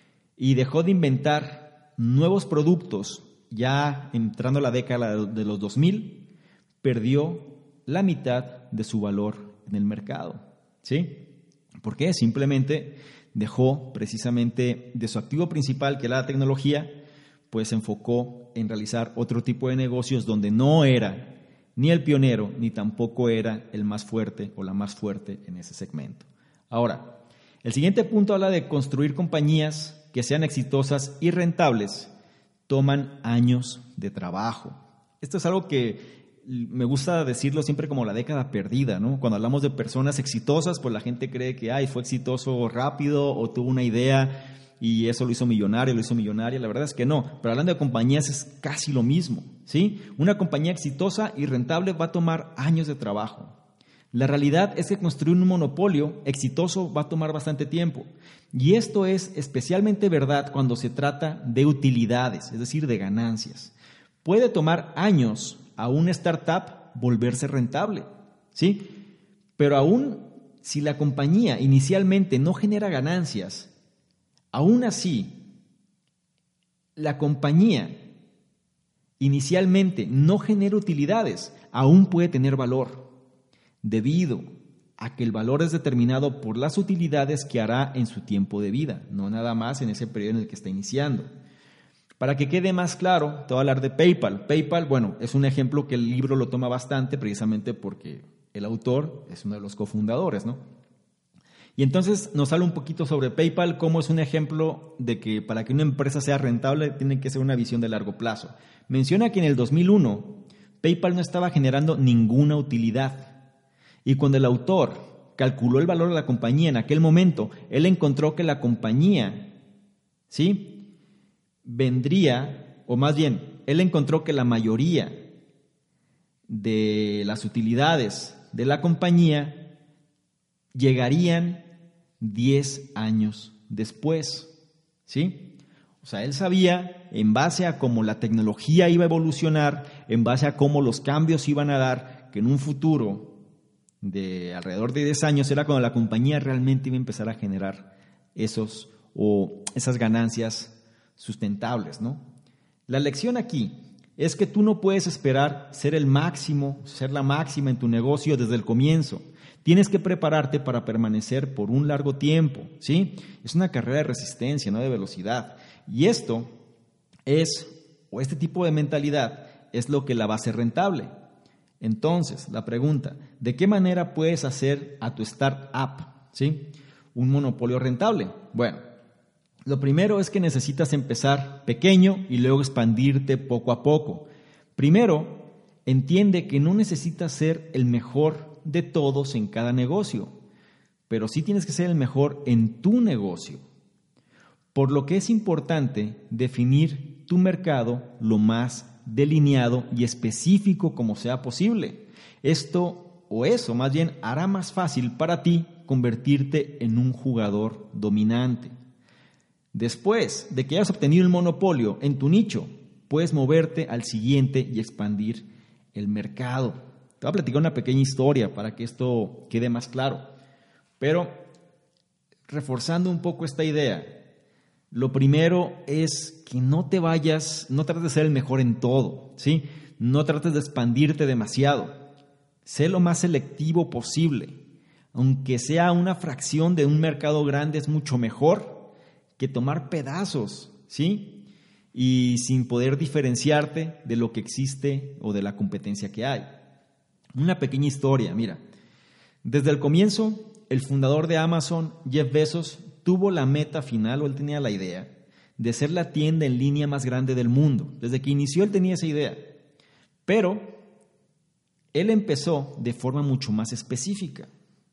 y dejó de inventar nuevos productos, ya entrando a la década de los dos mil, perdió la mitad de su valor en el mercado, ¿sí? ¿Por qué? Simplemente dejó precisamente de su activo principal, que era la tecnología, pues se enfocó en realizar otro tipo de negocios donde no era ni el pionero, ni tampoco era el más fuerte o la más fuerte en ese segmento. Ahora, el siguiente punto habla de construir compañías que sean exitosas y rentables. Toman años de trabajo. Esto es algo que me gusta decirlo siempre como la década perdida, ¿no? Cuando hablamos de personas exitosas, pues la gente cree que ay, fue exitoso rápido o tuvo una idea y eso lo hizo millonario, lo hizo millonaria. La verdad es que no. Pero hablando de compañías es casi lo mismo, ¿sí? Una compañía exitosa y rentable va a tomar años de trabajo. La realidad es que construir un monopolio exitoso va a tomar bastante tiempo. Y esto es especialmente verdad cuando se trata de utilidades, es decir, de ganancias. Puede tomar años a una startup volverse rentable, ¿sí? Pero aún si la compañía inicialmente no genera ganancias, aún así, la compañía inicialmente no genera utilidades, aún puede tener valor, debido a que el valor es determinado por las utilidades que hará en su tiempo de vida, no nada más en ese periodo en el que está iniciando. Para que quede más claro, te voy a hablar de PayPal. PayPal, bueno, es un ejemplo que el libro lo toma bastante precisamente porque el autor es uno de los cofundadores, ¿no? Y entonces nos habla un poquito sobre PayPal, cómo es un ejemplo de que para que una empresa sea rentable tiene que ser una visión de largo plazo. Menciona que en el dos mil uno PayPal no estaba generando ninguna utilidad. Y cuando el autor calculó el valor de la compañía en aquel momento, él encontró que la compañía, ¿sí?, vendría, o más bien, él encontró que la mayoría de las utilidades de la compañía llegarían diez años después, ¿sí? O sea, él sabía, en base a cómo la tecnología iba a evolucionar, en base a cómo los cambios iban a dar, que en un futuro de alrededor de diez años era cuando la compañía realmente iba a empezar a generar esos o esas ganancias sustentables, ¿no? La lección aquí es que tú no puedes esperar ser el máximo, ser la máxima en tu negocio desde el comienzo. Tienes que prepararte para permanecer por un largo tiempo, ¿sí? Es una carrera de resistencia, no de velocidad. Y esto es, o este tipo de mentalidad, es lo que la va a hacer rentable. Entonces, la pregunta, ¿de qué manera puedes hacer a tu startup, ¿sí?, un monopolio rentable? Bueno, lo primero es que necesitas empezar pequeño y luego expandirte poco a poco. Primero, entiende que no necesitas ser el mejor de todos en cada negocio, pero sí tienes que ser el mejor en tu negocio. Por lo que es importante definir tu mercado lo más delineado y específico como sea posible. Esto, o eso más bien, hará más fácil para ti convertirte en un jugador dominante. Después de que hayas obtenido el monopolio en tu nicho, puedes moverte al siguiente y expandir el mercado. Te voy a platicar una pequeña historia para que esto quede más claro. Pero, reforzando un poco esta idea, lo primero es que no te vayas, no trates de ser el mejor en todo, ¿sí? No trates de expandirte demasiado. Sé lo más selectivo posible. Aunque sea una fracción de un mercado grande, es mucho mejor que tomar pedazos, ¿sí? Y sin poder diferenciarte de lo que existe o de la competencia que hay. Una pequeña historia, mira. Desde el comienzo, el fundador de Amazon, Jeff Bezos, tuvo la meta final, o él tenía la idea, de ser la tienda en línea más grande del mundo. Desde que inició él tenía esa idea. Pero él empezó de forma mucho más específica,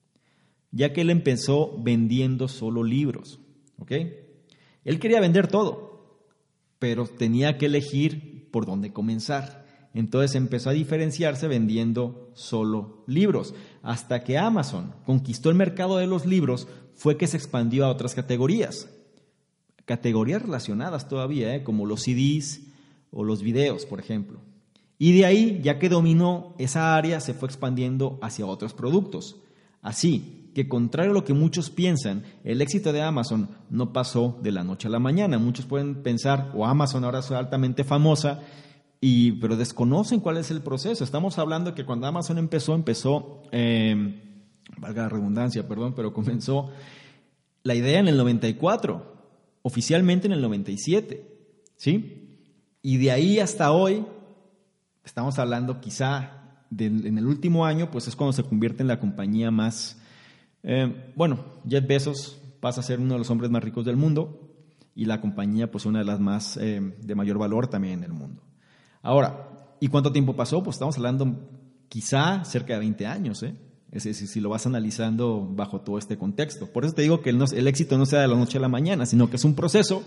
ya que él empezó vendiendo solo libros. ¿Ok? Él quería vender todo, pero tenía que elegir por dónde comenzar. Entonces empezó a diferenciarse vendiendo solo libros. Hasta que Amazon conquistó el mercado de los libros, fue que se expandió a otras categorías. Categorías relacionadas todavía, ¿eh? Como los C Ds o los videos, por ejemplo. Y de ahí, ya que dominó esa área, se fue expandiendo hacia otros productos. Así que, contrario a lo que muchos piensan, el éxito de Amazon no pasó de la noche a la mañana. Muchos pueden pensar, o Amazon ahora es altamente famosa, y, pero desconocen cuál es el proceso. Estamos hablando que cuando Amazon empezó, empezó, eh, valga la redundancia, perdón, pero comenzó la idea en el noventa y cuatro, oficialmente en el noventa y siete, ¿sí? Y de ahí hasta hoy, estamos hablando quizá de, en el último año, pues es cuando se convierte en la compañía más, eh, bueno, Jeff Bezos pasa a ser uno de los hombres más ricos del mundo y la compañía pues una de las más eh, de mayor valor también en el mundo. Ahora, ¿y cuánto tiempo pasó? Pues estamos hablando quizá cerca de veinte años, ¿eh? Es decir, si lo vas analizando bajo todo este contexto. Por eso te digo que el, no, el éxito no sea de la noche a la mañana, sino que es un proceso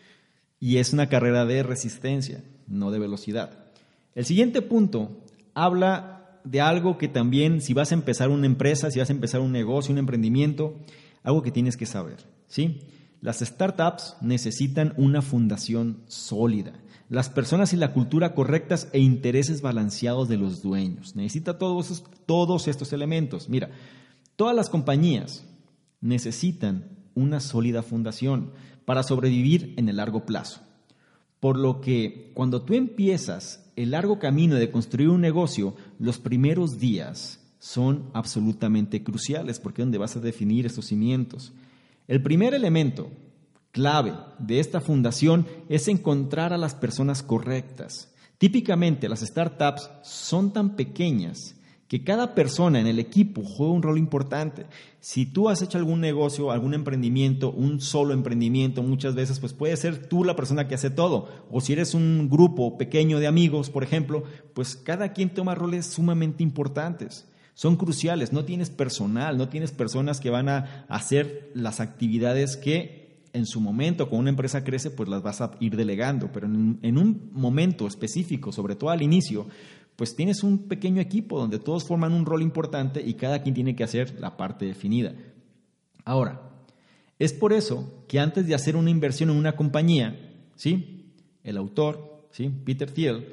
y es una carrera de resistencia, no de velocidad. El siguiente punto habla de algo que también, si vas a empezar una empresa, si vas a empezar un negocio, un emprendimiento, algo que tienes que saber, ¿sí? Las startups necesitan una fundación sólida. Las personas y la cultura correctas e intereses balanceados de los dueños. Necesita todos, esos, todos estos elementos. Mira, todas las compañías necesitan una sólida fundación para sobrevivir en el largo plazo. Por lo que cuando tú empiezas el largo camino de construir un negocio, los primeros días son absolutamente cruciales porque es donde vas a definir estos cimientos. El primer elemento clave de esta fundación es encontrar a las personas correctas. Típicamente las startups son tan pequeñas que cada persona en el equipo juega un rol importante. Si tú has hecho algún negocio, algún emprendimiento, un solo emprendimiento, muchas veces pues puede ser tú la persona que hace todo. O si eres un grupo pequeño de amigos, por ejemplo, pues cada quien toma roles sumamente importantes. Son cruciales, no tienes personal, no tienes personas que van a hacer las actividades que en su momento, cuando una empresa crece, pues las vas a ir delegando, pero en, en un momento específico, sobre todo al inicio, pues tienes un pequeño equipo donde todos forman un rol importante y cada quien tiene que hacer la parte definida. Ahora, es por eso que antes de hacer una inversión en una compañía, ¿sí? El autor, ¿sí? Peter Thiel,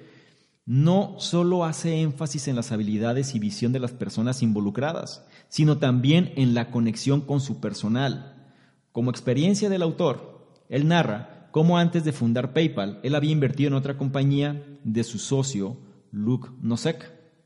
no solo hace énfasis en las habilidades y visión de las personas involucradas, sino también en la conexión con su personal. Como experiencia del autor, él narra cómo antes de fundar PayPal, él había invertido en otra compañía de su socio, Luke Nosek,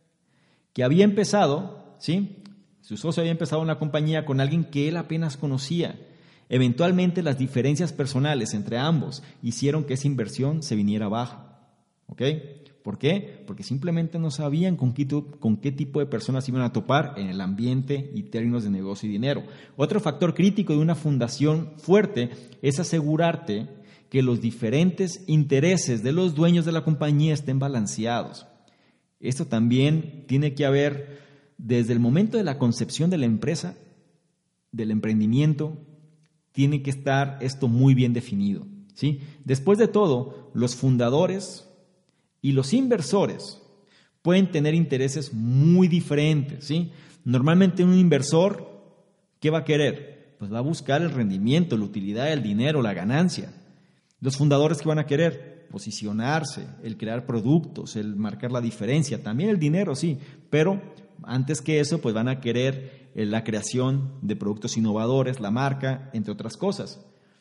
que había empezado, ¿sí? Su socio había empezado una compañía con alguien que él apenas conocía. Eventualmente las diferencias personales entre ambos hicieron que esa inversión se viniera abajo. ¿Ok? ¿Por qué? Porque simplemente no sabían con qué, con qué tipo de personas iban a topar en el ambiente y términos de negocio y dinero. Otro factor crítico de una fundación fuerte es asegurarte que los diferentes intereses de los dueños de la compañía estén balanceados. Esto también tiene que haber desde el momento de la concepción de la empresa, del emprendimiento, tiene que estar esto muy bien definido, ¿sí? Después de todo, los fundadores y los inversores pueden tener intereses muy diferentes, ¿sí? Normalmente un inversor, ¿qué va a querer? Pues va a buscar el rendimiento, la utilidad, el dinero, la ganancia. Los fundadores, ¿qué van a querer? Posicionarse, el crear productos, el marcar la diferencia, también el dinero, sí, pero antes que eso, pues van a querer la creación de productos innovadores, la marca, entre otras cosas.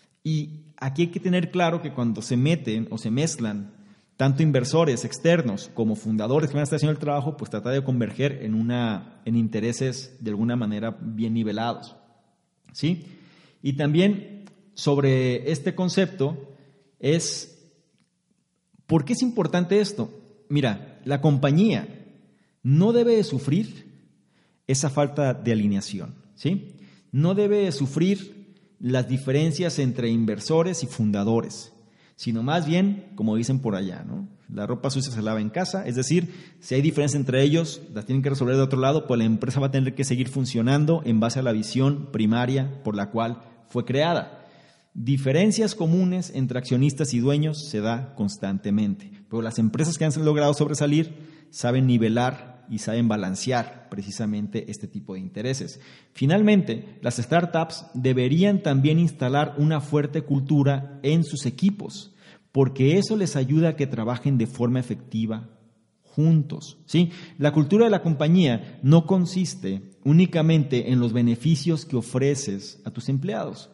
Y aquí hay que tener claro que cuando se meten o se mezclan tanto inversores externos como fundadores que van a estar haciendo el trabajo, pues trata de converger en, una, en intereses de alguna manera bien nivelados, ¿sí? Y también sobre este concepto es, ¿por qué es importante esto? Mira, la compañía no debe de sufrir esa falta de alineación, ¿sí? No debe de sufrir las diferencias entre inversores y fundadores, sino más bien, como dicen por allá, ¿no? La ropa sucia se lava en casa, es decir, si hay diferencias entre ellos, las tienen que resolver de otro lado, pues la empresa va a tener que seguir funcionando en base a la visión primaria por la cual fue creada. Diferencias comunes entre accionistas y dueños se da constantemente, pero las empresas que han logrado sobresalir saben nivelar y saben balancear precisamente este tipo de intereses. Finalmente, las startups deberían también instalar una fuerte cultura en sus equipos, porque eso les ayuda a que trabajen de forma efectiva juntos, ¿sí? La cultura de la compañía no consiste únicamente en los beneficios que ofreces a tus empleados,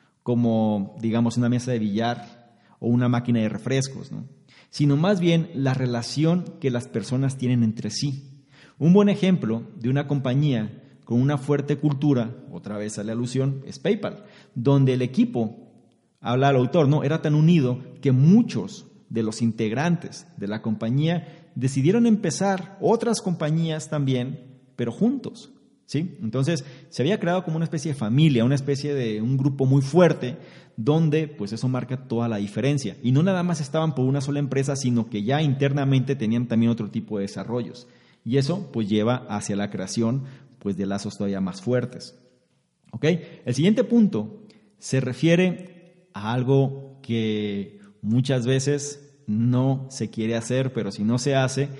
como, digamos, una mesa de billar o una máquina de refrescos, ¿no? Sino más bien la relación que las personas tienen entre sí. Un buen ejemplo de una compañía con una fuerte cultura, otra vez sale alusión, es PayPal, donde el equipo, habla el autor, ¿no?, era tan unido que muchos de los integrantes de la compañía decidieron empezar otras compañías también, pero juntos, ¿sí? Entonces se había creado como una especie de familia, una especie de un grupo muy fuerte, donde pues eso marca toda la diferencia. Y no nada más estaban por una sola empresa, sino que ya internamente tenían también otro tipo de desarrollos. Y eso pues lleva hacia la creación pues de lazos todavía más fuertes. ¿Ok? El siguiente punto se refiere a algo que muchas veces no se quiere hacer, pero si no se hace,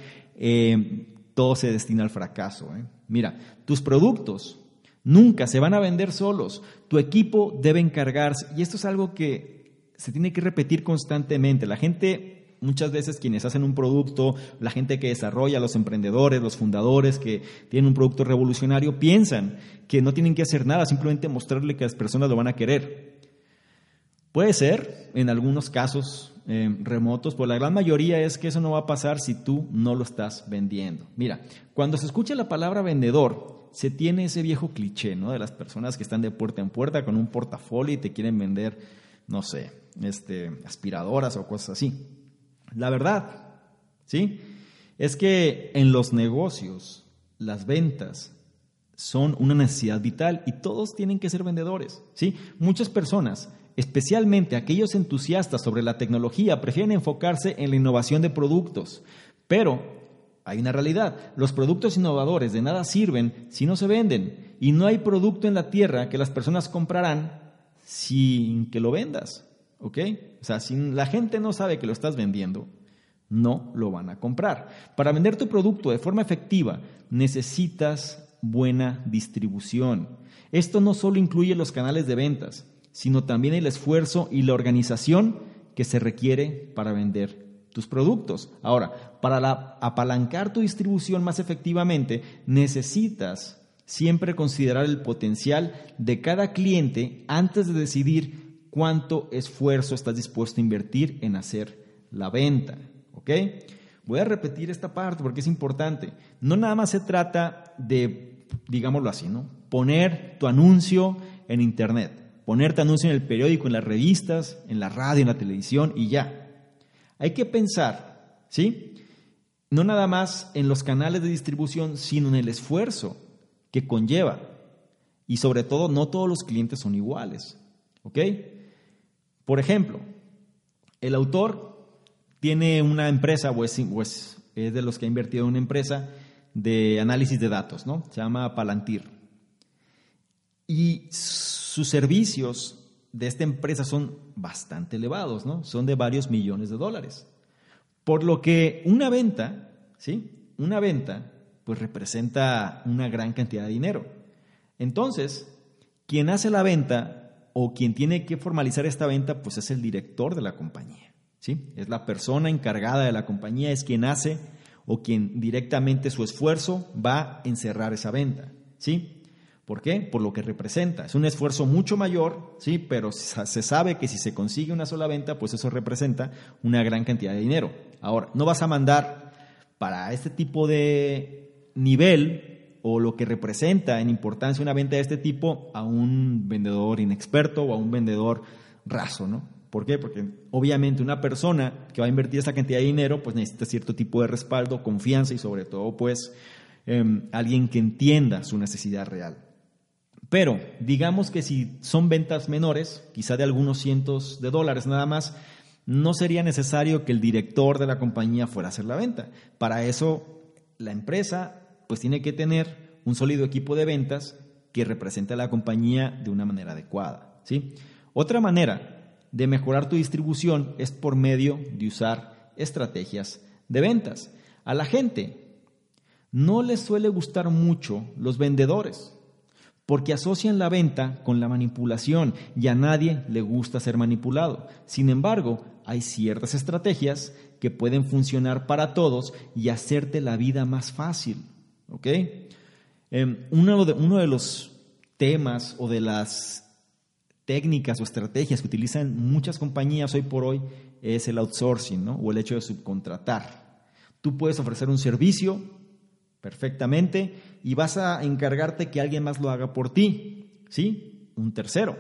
eh, todo se destina al fracaso, ¿eh? Mira, tus productos nunca se van a vender solos, tu equipo debe encargarse, y esto es algo que se tiene que repetir constantemente. La gente, muchas veces quienes hacen un producto, la gente que desarrolla, los emprendedores, los fundadores que tienen un producto revolucionario, piensan que no tienen que hacer nada, simplemente mostrarle que las personas lo van a querer. Puede ser, en algunos casos eh, remotos, pero la gran mayoría es que eso no va a pasar si tú no lo estás vendiendo. Mira, cuando se escucha la palabra vendedor, se tiene ese viejo cliché, ¿no?, de las personas que están de puerta en puerta con un portafolio y te quieren vender, no sé, este, aspiradoras o cosas así. La verdad, ¿sí?, es que en los negocios las ventas son una necesidad vital y todos tienen que ser vendedores, ¿sí? Muchas personas, especialmente aquellos entusiastas sobre la tecnología, prefieren enfocarse en la innovación de productos. Pero hay una realidad, los productos innovadores de nada sirven si no se venden, y no hay producto en la tierra que las personas comprarán sin que lo vendas, ¿ok? O sea, si la gente no sabe que lo estás vendiendo, no lo van a comprar. Para vender tu producto de forma efectiva, necesitas buena distribución. Esto no solo incluye los canales de ventas, sino también el esfuerzo y la organización que se requiere para vender tus productos. Ahora, para la, apalancar tu distribución más efectivamente, necesitas siempre considerar el potencial de cada cliente antes de decidir cuánto esfuerzo estás dispuesto a invertir en hacer la venta. ¿Ok? Voy a repetir esta parte porque es importante. No nada más se trata de, digámoslo así, ¿no?, poner tu anuncio en internet, poner tu anuncio en el periódico, en las revistas, en la radio, en la televisión y ya. Hay que pensar, ¿sí?, no nada más en los canales de distribución, sino en el esfuerzo que conlleva. Y sobre todo, no todos los clientes son iguales. ¿Ok? Por ejemplo, el autor tiene una empresa, o es, o es, es de los que ha invertido en una empresa de análisis de datos, ¿no? Se llama Palantir. Y sus servicios de esta empresa son bastante elevados, ¿no? Son de varios millones de dólares. Por lo que una venta, ¿sí?, una venta, pues representa una gran cantidad de dinero. Entonces, quien hace la venta o quien tiene que formalizar esta venta, pues es el director de la compañía, ¿sí? Es la persona encargada de la compañía, es quien hace o quien directamente su esfuerzo va a encerrar esa venta, ¿sí? ¿Por qué? Por lo que representa. Es un esfuerzo mucho mayor, ¿sí?, pero se sabe que si se consigue una sola venta, pues eso representa una gran cantidad de dinero. Ahora, no vas a mandar para este tipo de nivel o lo que representa en importancia una venta de este tipo a un vendedor inexperto o a un vendedor raso, ¿no? ¿Por qué? Porque obviamente una persona que va a invertir esa cantidad de dinero pues necesita cierto tipo de respaldo, confianza y sobre todo pues eh, alguien que entienda su necesidad real. Pero digamos que si son ventas menores, quizá de algunos cientos de dólares nada más, no sería necesario que el director de la compañía fuera a hacer la venta. Para eso la empresa pues tiene que tener un sólido equipo de ventas que represente a la compañía de una manera adecuada, ¿sí? Otra manera de mejorar tu distribución es por medio de usar estrategias de ventas. A la gente no les suele gustar mucho los vendedores, porque asocian la venta con la manipulación y a nadie le gusta ser manipulado. Sin embargo, hay ciertas estrategias que pueden funcionar para todos y hacerte la vida más fácil, ¿ok? Eh, uno, de, uno de los temas o de las técnicas o estrategias que utilizan muchas compañías hoy por hoy es el outsourcing, ¿no? O el hecho de subcontratar. Tú puedes ofrecer un servicio perfectamente y vas a encargarte que alguien más lo haga por ti, ¿sí? Un tercero.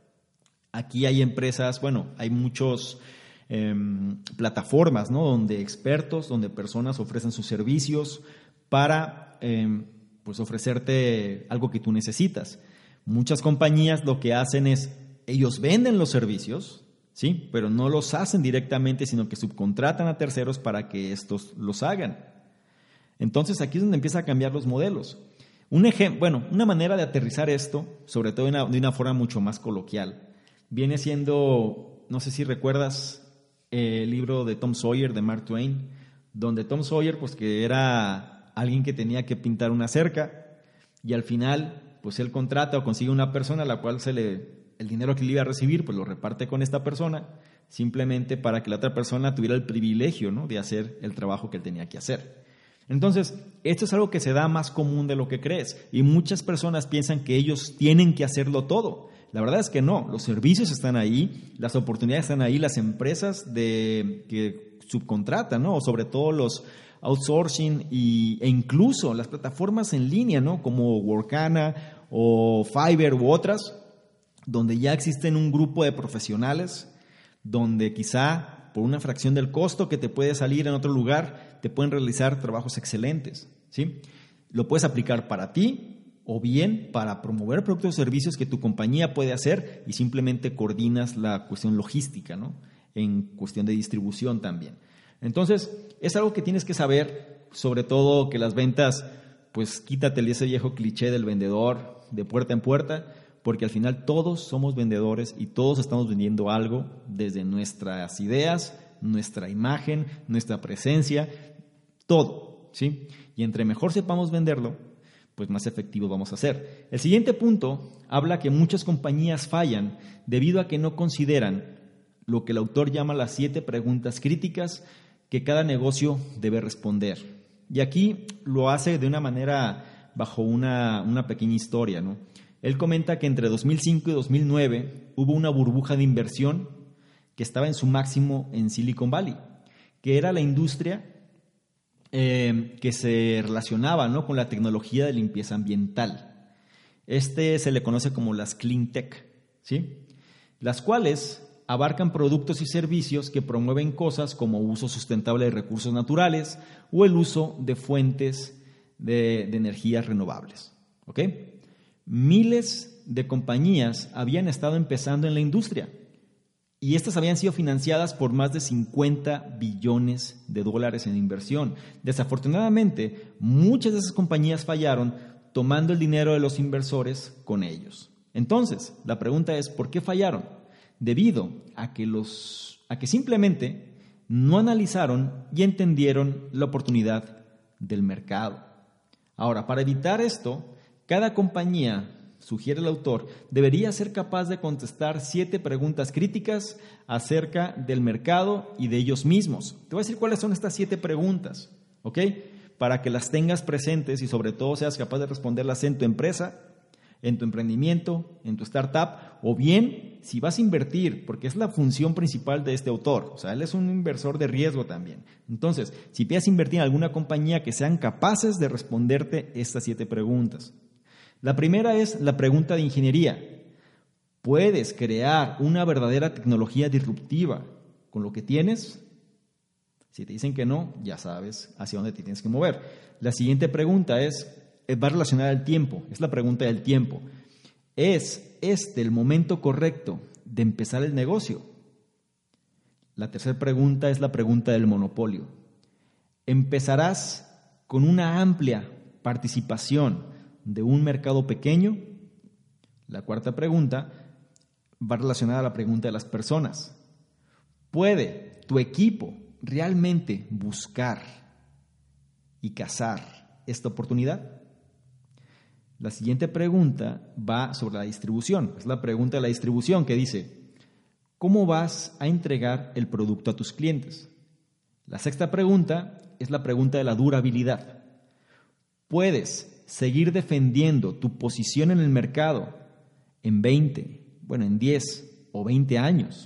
Aquí hay empresas, bueno, hay muchos eh, plataformas, ¿no? Donde expertos, donde personas ofrecen sus servicios para eh, pues ofrecerte algo que tú necesitas. Muchas compañías lo que hacen es, ellos venden los servicios, ¿sí? Pero no los hacen directamente, sino que subcontratan a terceros para que estos los hagan. Entonces aquí es donde empieza a cambiar los modelos. Un ejemplo, bueno, una manera de aterrizar esto, sobre todo de una, de una forma mucho más coloquial, viene siendo, no sé si recuerdas el libro de Tom Sawyer de Mark Twain, donde Tom Sawyer, pues que era alguien que tenía que pintar una cerca y al final, pues él contrata o consigue una persona a la cual se le, el dinero que le iba a recibir, pues lo reparte con esta persona, simplemente para que la otra persona tuviera el privilegio, ¿no? De hacer el trabajo que él tenía que hacer. Entonces, esto es algo que se da más común de lo que crees y muchas personas piensan que ellos tienen que hacerlo todo. La verdad es que no, los servicios están ahí, las oportunidades están ahí, las empresas de, que subcontratan, ¿no? O sobre todo los outsourcing y, e incluso las plataformas en línea, ¿no? Como Workana o Fiverr u otras, donde ya existen un grupo de profesionales, donde quizá por una fracción del costo que te puede salir en otro lugar, te pueden realizar trabajos excelentes, ¿sí? Lo puedes aplicar para ti o bien para promover productos o servicios que tu compañía puede hacer y simplemente coordinas la cuestión logística, ¿no? En cuestión de distribución también. Entonces, es algo que tienes que saber, sobre todo que las ventas, pues quítate ese viejo cliché del vendedor de puerta en puerta, porque al final todos somos vendedores y todos estamos vendiendo algo desde nuestras ideas, nuestra imagen, nuestra presencia, todo, ¿sí? Y entre mejor sepamos venderlo, pues más efectivos vamos a ser. El siguiente punto habla que muchas compañías fallan debido a que no consideran lo que el autor llama las siete preguntas críticas que cada negocio debe responder. Y aquí lo hace de una manera bajo una, una pequeña historia, ¿no? Él comenta que entre dos mil cinco y dos mil nueve hubo una burbuja de inversión que estaba en su máximo en Silicon Valley, que era la industria eh, que se relacionaba, ¿no? Con la tecnología de limpieza ambiental. Este se le conoce como las Clean Tech, ¿sí? Las cuales abarcan productos y servicios que promueven cosas como uso sustentable de recursos naturales o el uso de fuentes de, de energías renovables, ¿ok? Miles de compañías habían estado empezando en la industria y estas habían sido financiadas por más de cincuenta billones de dólares en inversión. Desafortunadamente, muchas de esas compañías fallaron tomando el dinero de los inversores con ellos. Entonces, la pregunta es, ¿por qué fallaron? Debido a que, los, a que simplemente no analizaron y entendieron la oportunidad del mercado. Ahora, para evitar esto, cada compañía, sugiere el autor, debería ser capaz de contestar siete preguntas críticas acerca del mercado y de ellos mismos. Te voy a decir cuáles son estas siete preguntas, ¿ok? Para que las tengas presentes y sobre todo seas capaz de responderlas en tu empresa, en tu emprendimiento, en tu startup, o bien si vas a invertir, porque es la función principal de este autor. O sea, él es un inversor de riesgo también. Entonces, si piensas invertir en alguna compañía, que sean capaces de responderte estas siete preguntas. La primera es la pregunta de ingeniería. ¿Puedes crear una verdadera tecnología disruptiva con lo que tienes? Si te dicen que no, ya sabes hacia dónde te tienes que mover. La siguiente pregunta es, va relacionada al tiempo, es la pregunta del tiempo. ¿Es este el momento correcto de empezar el negocio? La tercera pregunta es la pregunta del monopolio. ¿Empezarás con una amplia participación de un mercado pequeño? La cuarta pregunta va relacionada a la pregunta de las personas. ¿Puede tu equipo realmente buscar y cazar esta oportunidad? La siguiente pregunta va sobre la distribución. Es la pregunta de la distribución que dice, ¿cómo vas a entregar el producto a tus clientes? La sexta pregunta es la pregunta de la durabilidad. ¿Puedes seguir defendiendo tu posición en el mercado en veinte, bueno, en diez o veinte años?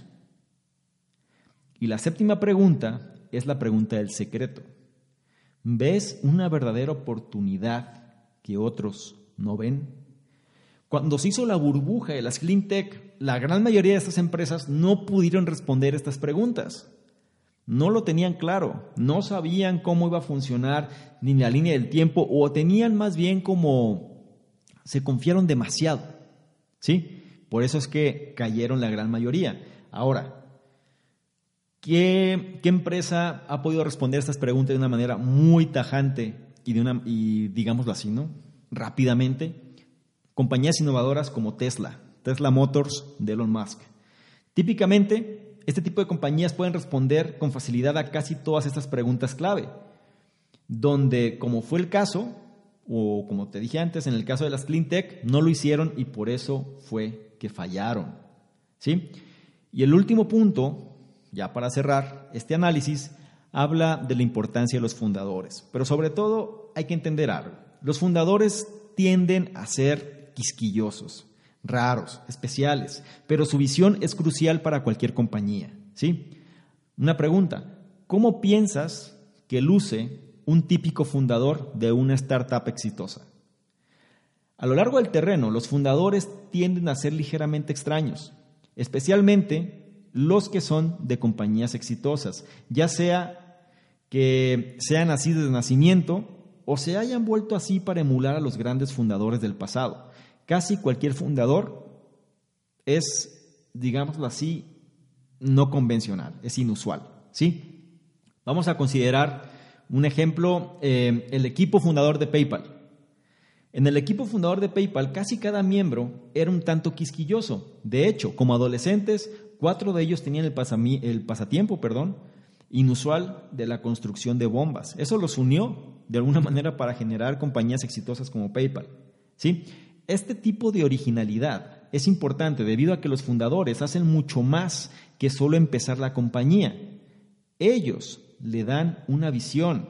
Y la séptima pregunta es la pregunta del secreto. ¿Ves una verdadera oportunidad que otros no ven? Cuando se hizo la burbuja de las clean tech, la gran mayoría de estas empresas no pudieron responder estas preguntas. No lo tenían claro, no sabían cómo iba a funcionar ni la línea del tiempo, o tenían más bien como se confiaron demasiado, ¿sí? Por eso es que cayeron la gran mayoría. Ahora, ¿qué, qué empresa ha podido responder estas preguntas de una manera muy tajante y, de una, y digámoslo así, ¿no? rápidamente? Compañías innovadoras como Tesla, Tesla Motors de Elon Musk. Típicamente, este tipo de compañías pueden responder con facilidad a casi todas estas preguntas clave, donde, como fue el caso, o como te dije antes, en el caso de las clean tech, no lo hicieron y por eso fue que fallaron, ¿sí? Y el último punto, ya para cerrar este análisis, habla de la importancia de los fundadores. Pero sobre todo hay que entender algo. Los fundadores tienden a ser quisquillosos, raros, especiales, pero su visión es crucial para cualquier compañía, ¿sí? Una pregunta, ¿cómo piensas que luce un típico fundador de una startup exitosa? A lo largo del terreno, los fundadores tienden a ser ligeramente extraños, especialmente los que son de compañías exitosas, ya sea que sean así desde nacimiento o se hayan vuelto así para emular a los grandes fundadores del pasado. Casi cualquier fundador es, digámoslo así, no convencional, es inusual, ¿sí? Vamos a considerar un ejemplo, eh, el equipo fundador de PayPal. En el equipo fundador de PayPal, casi cada miembro era un tanto quisquilloso. De hecho, como adolescentes, cuatro de ellos tenían el, pasami- el pasatiempo perdón, inusual de la construcción de bombas. Eso los unió de alguna manera para generar compañías exitosas como PayPal, ¿sí? Este tipo de originalidad es importante debido a que los fundadores hacen mucho más que solo empezar la compañía. Ellos le dan una visión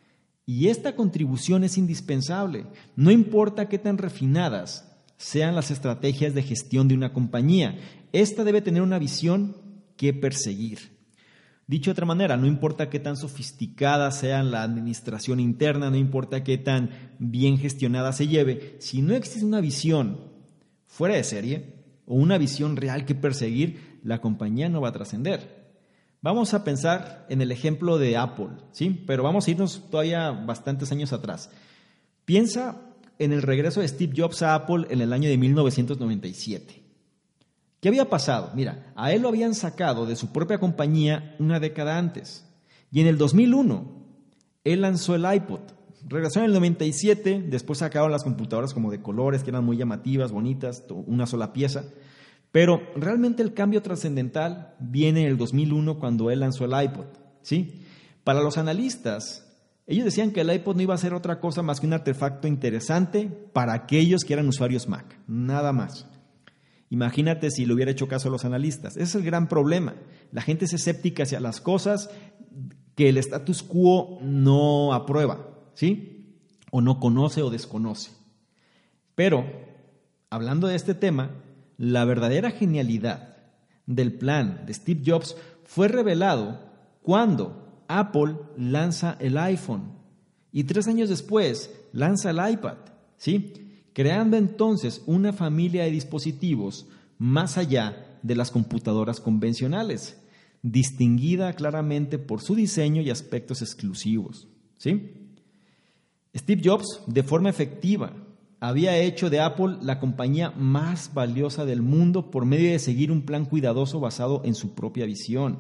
y esta contribución es indispensable. No importa qué tan refinadas sean las estrategias de gestión de una compañía, esta debe tener una visión que perseguir. Dicho de otra manera, no importa qué tan sofisticada sea la administración interna, no importa qué tan bien gestionada se lleve, si no existe una visión fuera de serie o una visión real que perseguir, la compañía no va a trascender. Vamos a pensar en el ejemplo de Apple, ¿sí? Pero vamos a irnos todavía bastantes años atrás. Piensa en el regreso de Steve Jobs a Apple en el año de mil novecientos noventa y siete. ¿Qué había pasado? Mira, a él lo habían sacado de su propia compañía una década antes. Y en el dos mil uno, él lanzó el iPod. Regresó en el noventa y siete, después sacaron las computadoras como de colores, que eran muy llamativas, bonitas, una sola pieza. Pero realmente el cambio trascendental viene en el dos mil uno cuando él lanzó el iPod, ¿sí? Para los analistas, ellos decían que el iPod no iba a ser otra cosa más que un artefacto interesante para aquellos que eran usuarios Mac, nada más. Imagínate si le hubiera hecho caso a los analistas. Ese es el gran problema. La gente es escéptica hacia las cosas que el status quo no aprueba, ¿sí? O no conoce o desconoce. Pero, hablando de este tema, la verdadera genialidad del plan de Steve Jobs fue revelado cuando Apple lanza el iPhone y tres años después lanza el iPad, ¿sí? Creando entonces una familia de dispositivos más allá de las computadoras convencionales, distinguida claramente por su diseño y aspectos exclusivos, ¿sí? Steve Jobs, de forma efectiva, había hecho de Apple la compañía más valiosa del mundo por medio de seguir un plan cuidadoso basado en su propia visión.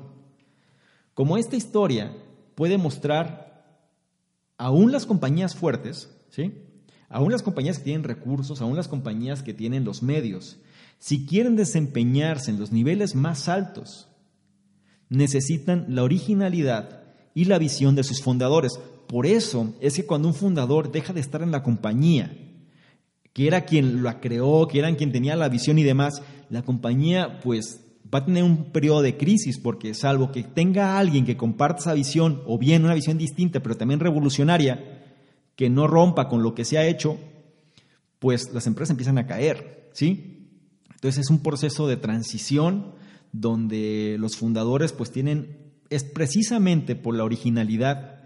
Como esta historia puede mostrar, aún las compañías fuertes, ¿sí?, aún las compañías que tienen recursos, aún las compañías que tienen los medios, si quieren desempeñarse en los niveles más altos, necesitan la originalidad y la visión de sus fundadores. Por eso es que cuando un fundador deja de estar en la compañía, que era quien la creó, que era quien tenía la visión y demás, la compañía pues va a tener un periodo de crisis, porque salvo que tenga alguien que comparta esa visión, o bien una visión distinta, pero también revolucionaria, que no rompa con lo que se ha hecho, pues las empresas empiezan a caer, ¿sí? Entonces es un proceso de transición donde los fundadores pues tienen, es precisamente por la originalidad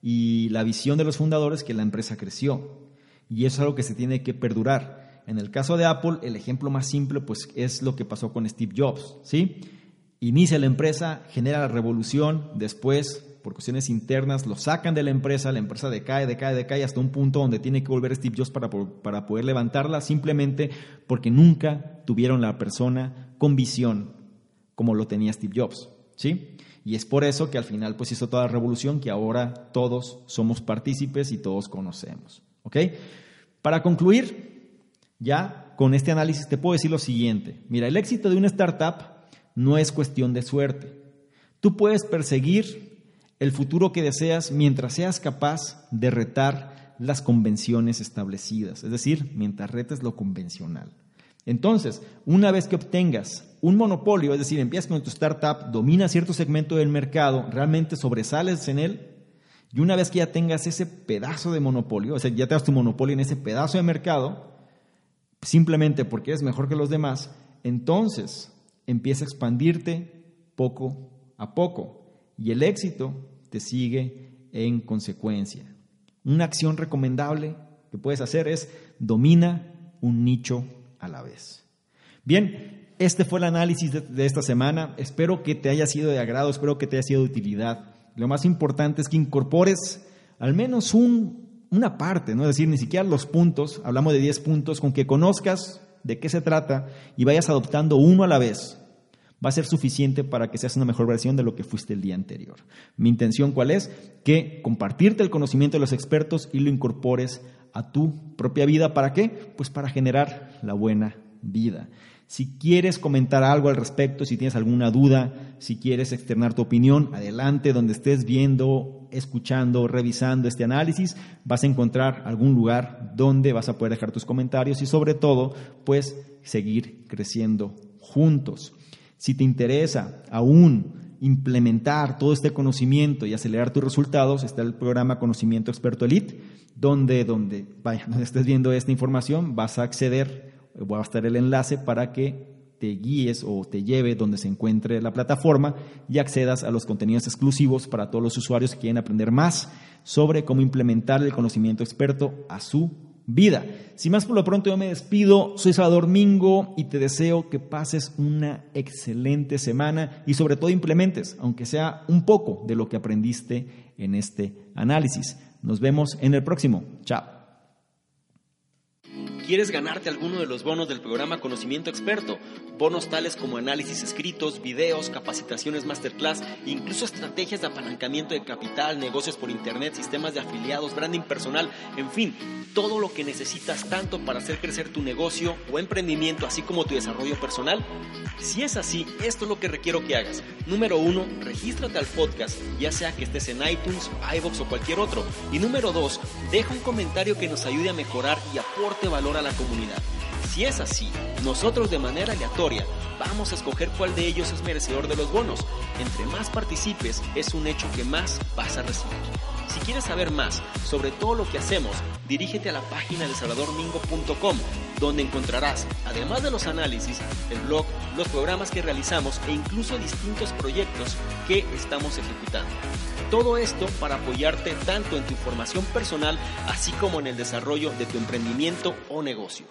y la visión de los fundadores que la empresa creció, y eso es algo que se tiene que perdurar. En el caso de Apple, el ejemplo más simple pues es lo que pasó con Steve Jobs, ¿sí? Inicia la empresa, genera la revolución, después por cuestiones internas lo sacan de la empresa, la empresa decae, decae, decae hasta un punto donde tiene que volver Steve Jobs para, para poder levantarla, simplemente porque nunca tuvieron la persona con visión como lo tenía Steve Jobs, ¿sí? Y es por eso que al final pues hizo toda la revolución que ahora todos somos partícipes y todos conocemos, ¿ok? Para concluir, ya con este análisis te puedo decir lo siguiente. Mira, el éxito de una startup no es cuestión de suerte. Tú puedes perseguir el futuro que deseas mientras seas capaz de retar las convenciones establecidas, es decir, mientras retes lo convencional. Entonces, una vez que obtengas un monopolio, es decir, empiezas con tu startup, dominas cierto segmento del mercado, realmente sobresales en él, y una vez que ya tengas ese pedazo de monopolio, o sea, ya tengas tu monopolio en ese pedazo de mercado, simplemente porque eres mejor que los demás, entonces empieza a expandirte poco a poco, y el éxito te sigue en consecuencia. Una acción recomendable que puedes hacer es domina un nicho a la vez. Bien, este fue el análisis de, de esta semana. Espero que te haya sido de agrado, espero que te haya sido de utilidad. Lo más importante es que incorpores al menos un, una parte, no es decir, ni siquiera los puntos, hablamos de diez puntos, con que conozcas de qué se trata y vayas adoptando uno a la vez. Va a ser suficiente para que seas una mejor versión de lo que fuiste el día anterior. Mi intención, ¿cuál es? Que compartirte el conocimiento de los expertos y lo incorpores a tu propia vida. ¿Para qué? Pues para generar la buena vida. Si quieres comentar algo al respecto, si tienes alguna duda, si quieres externar tu opinión, adelante, donde estés viendo, escuchando, revisando este análisis, vas a encontrar algún lugar donde vas a poder dejar tus comentarios y sobre todo, pues, seguir creciendo juntos. Si te interesa aún implementar todo este conocimiento y acelerar tus resultados, está el programa Conocimiento Experto Elite, donde, donde, vaya, donde estés viendo esta información, vas a acceder, va a estar el enlace para que te guíes o te lleve donde se encuentre la plataforma y accedas a los contenidos exclusivos para todos los usuarios que quieren aprender más sobre cómo implementar el conocimiento experto a su vida. Sin más por lo pronto, yo me despido. Soy Salvador Mingo y te deseo que pases una excelente semana y sobre todo implementes, aunque sea un poco, de lo que aprendiste en este análisis. Nos vemos en el próximo. Chao. ¿Quieres ganarte alguno de los bonos del programa Conocimiento Experto? Bonos tales como análisis escritos, videos, capacitaciones masterclass, incluso estrategias de apalancamiento de capital, negocios por internet, sistemas de afiliados, branding personal, en fin, todo lo que necesitas tanto para hacer crecer tu negocio o emprendimiento, así como tu desarrollo personal. Si es así, esto es lo que requiero que hagas. Número uno, regístrate al podcast, ya sea que estés en iTunes, iVoox o cualquier otro. Y número dos, deja un comentario que nos ayude a mejorar y aporte valor a la comunidad. Si es así, nosotros de manera aleatoria vamos a escoger cuál de ellos es merecedor de los bonos. Entre más participes, es un hecho que más vas a recibir. Si quieres saber más sobre todo lo que hacemos, dirígete a la página de salvador mingo punto com, donde encontrarás, además de los análisis, el blog, los programas que realizamos e incluso distintos proyectos que estamos ejecutando. Todo esto para apoyarte tanto en tu formación personal, así como en el desarrollo de tu emprendimiento o negocio.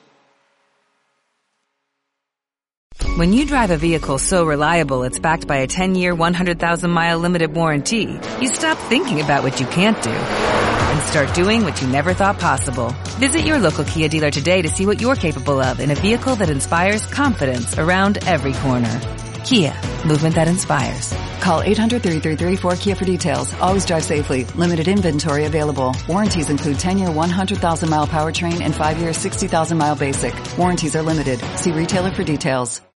When you drive a vehicle so reliable it's backed by a ten-year, one hundred thousand mile limited warranty, you stop thinking about what you can't do and start doing what you never thought possible. Visit your local Kia dealer today to see what you're capable of in a vehicle that inspires confidence around every corner. Kia, movement that inspires. Call eight hundred, three three three, four K I A for details. Always drive safely. Limited inventory available. Warranties include ten-year, one hundred thousand mile powertrain and five-year, sixty thousand mile basic. Warranties are limited. See retailer for details.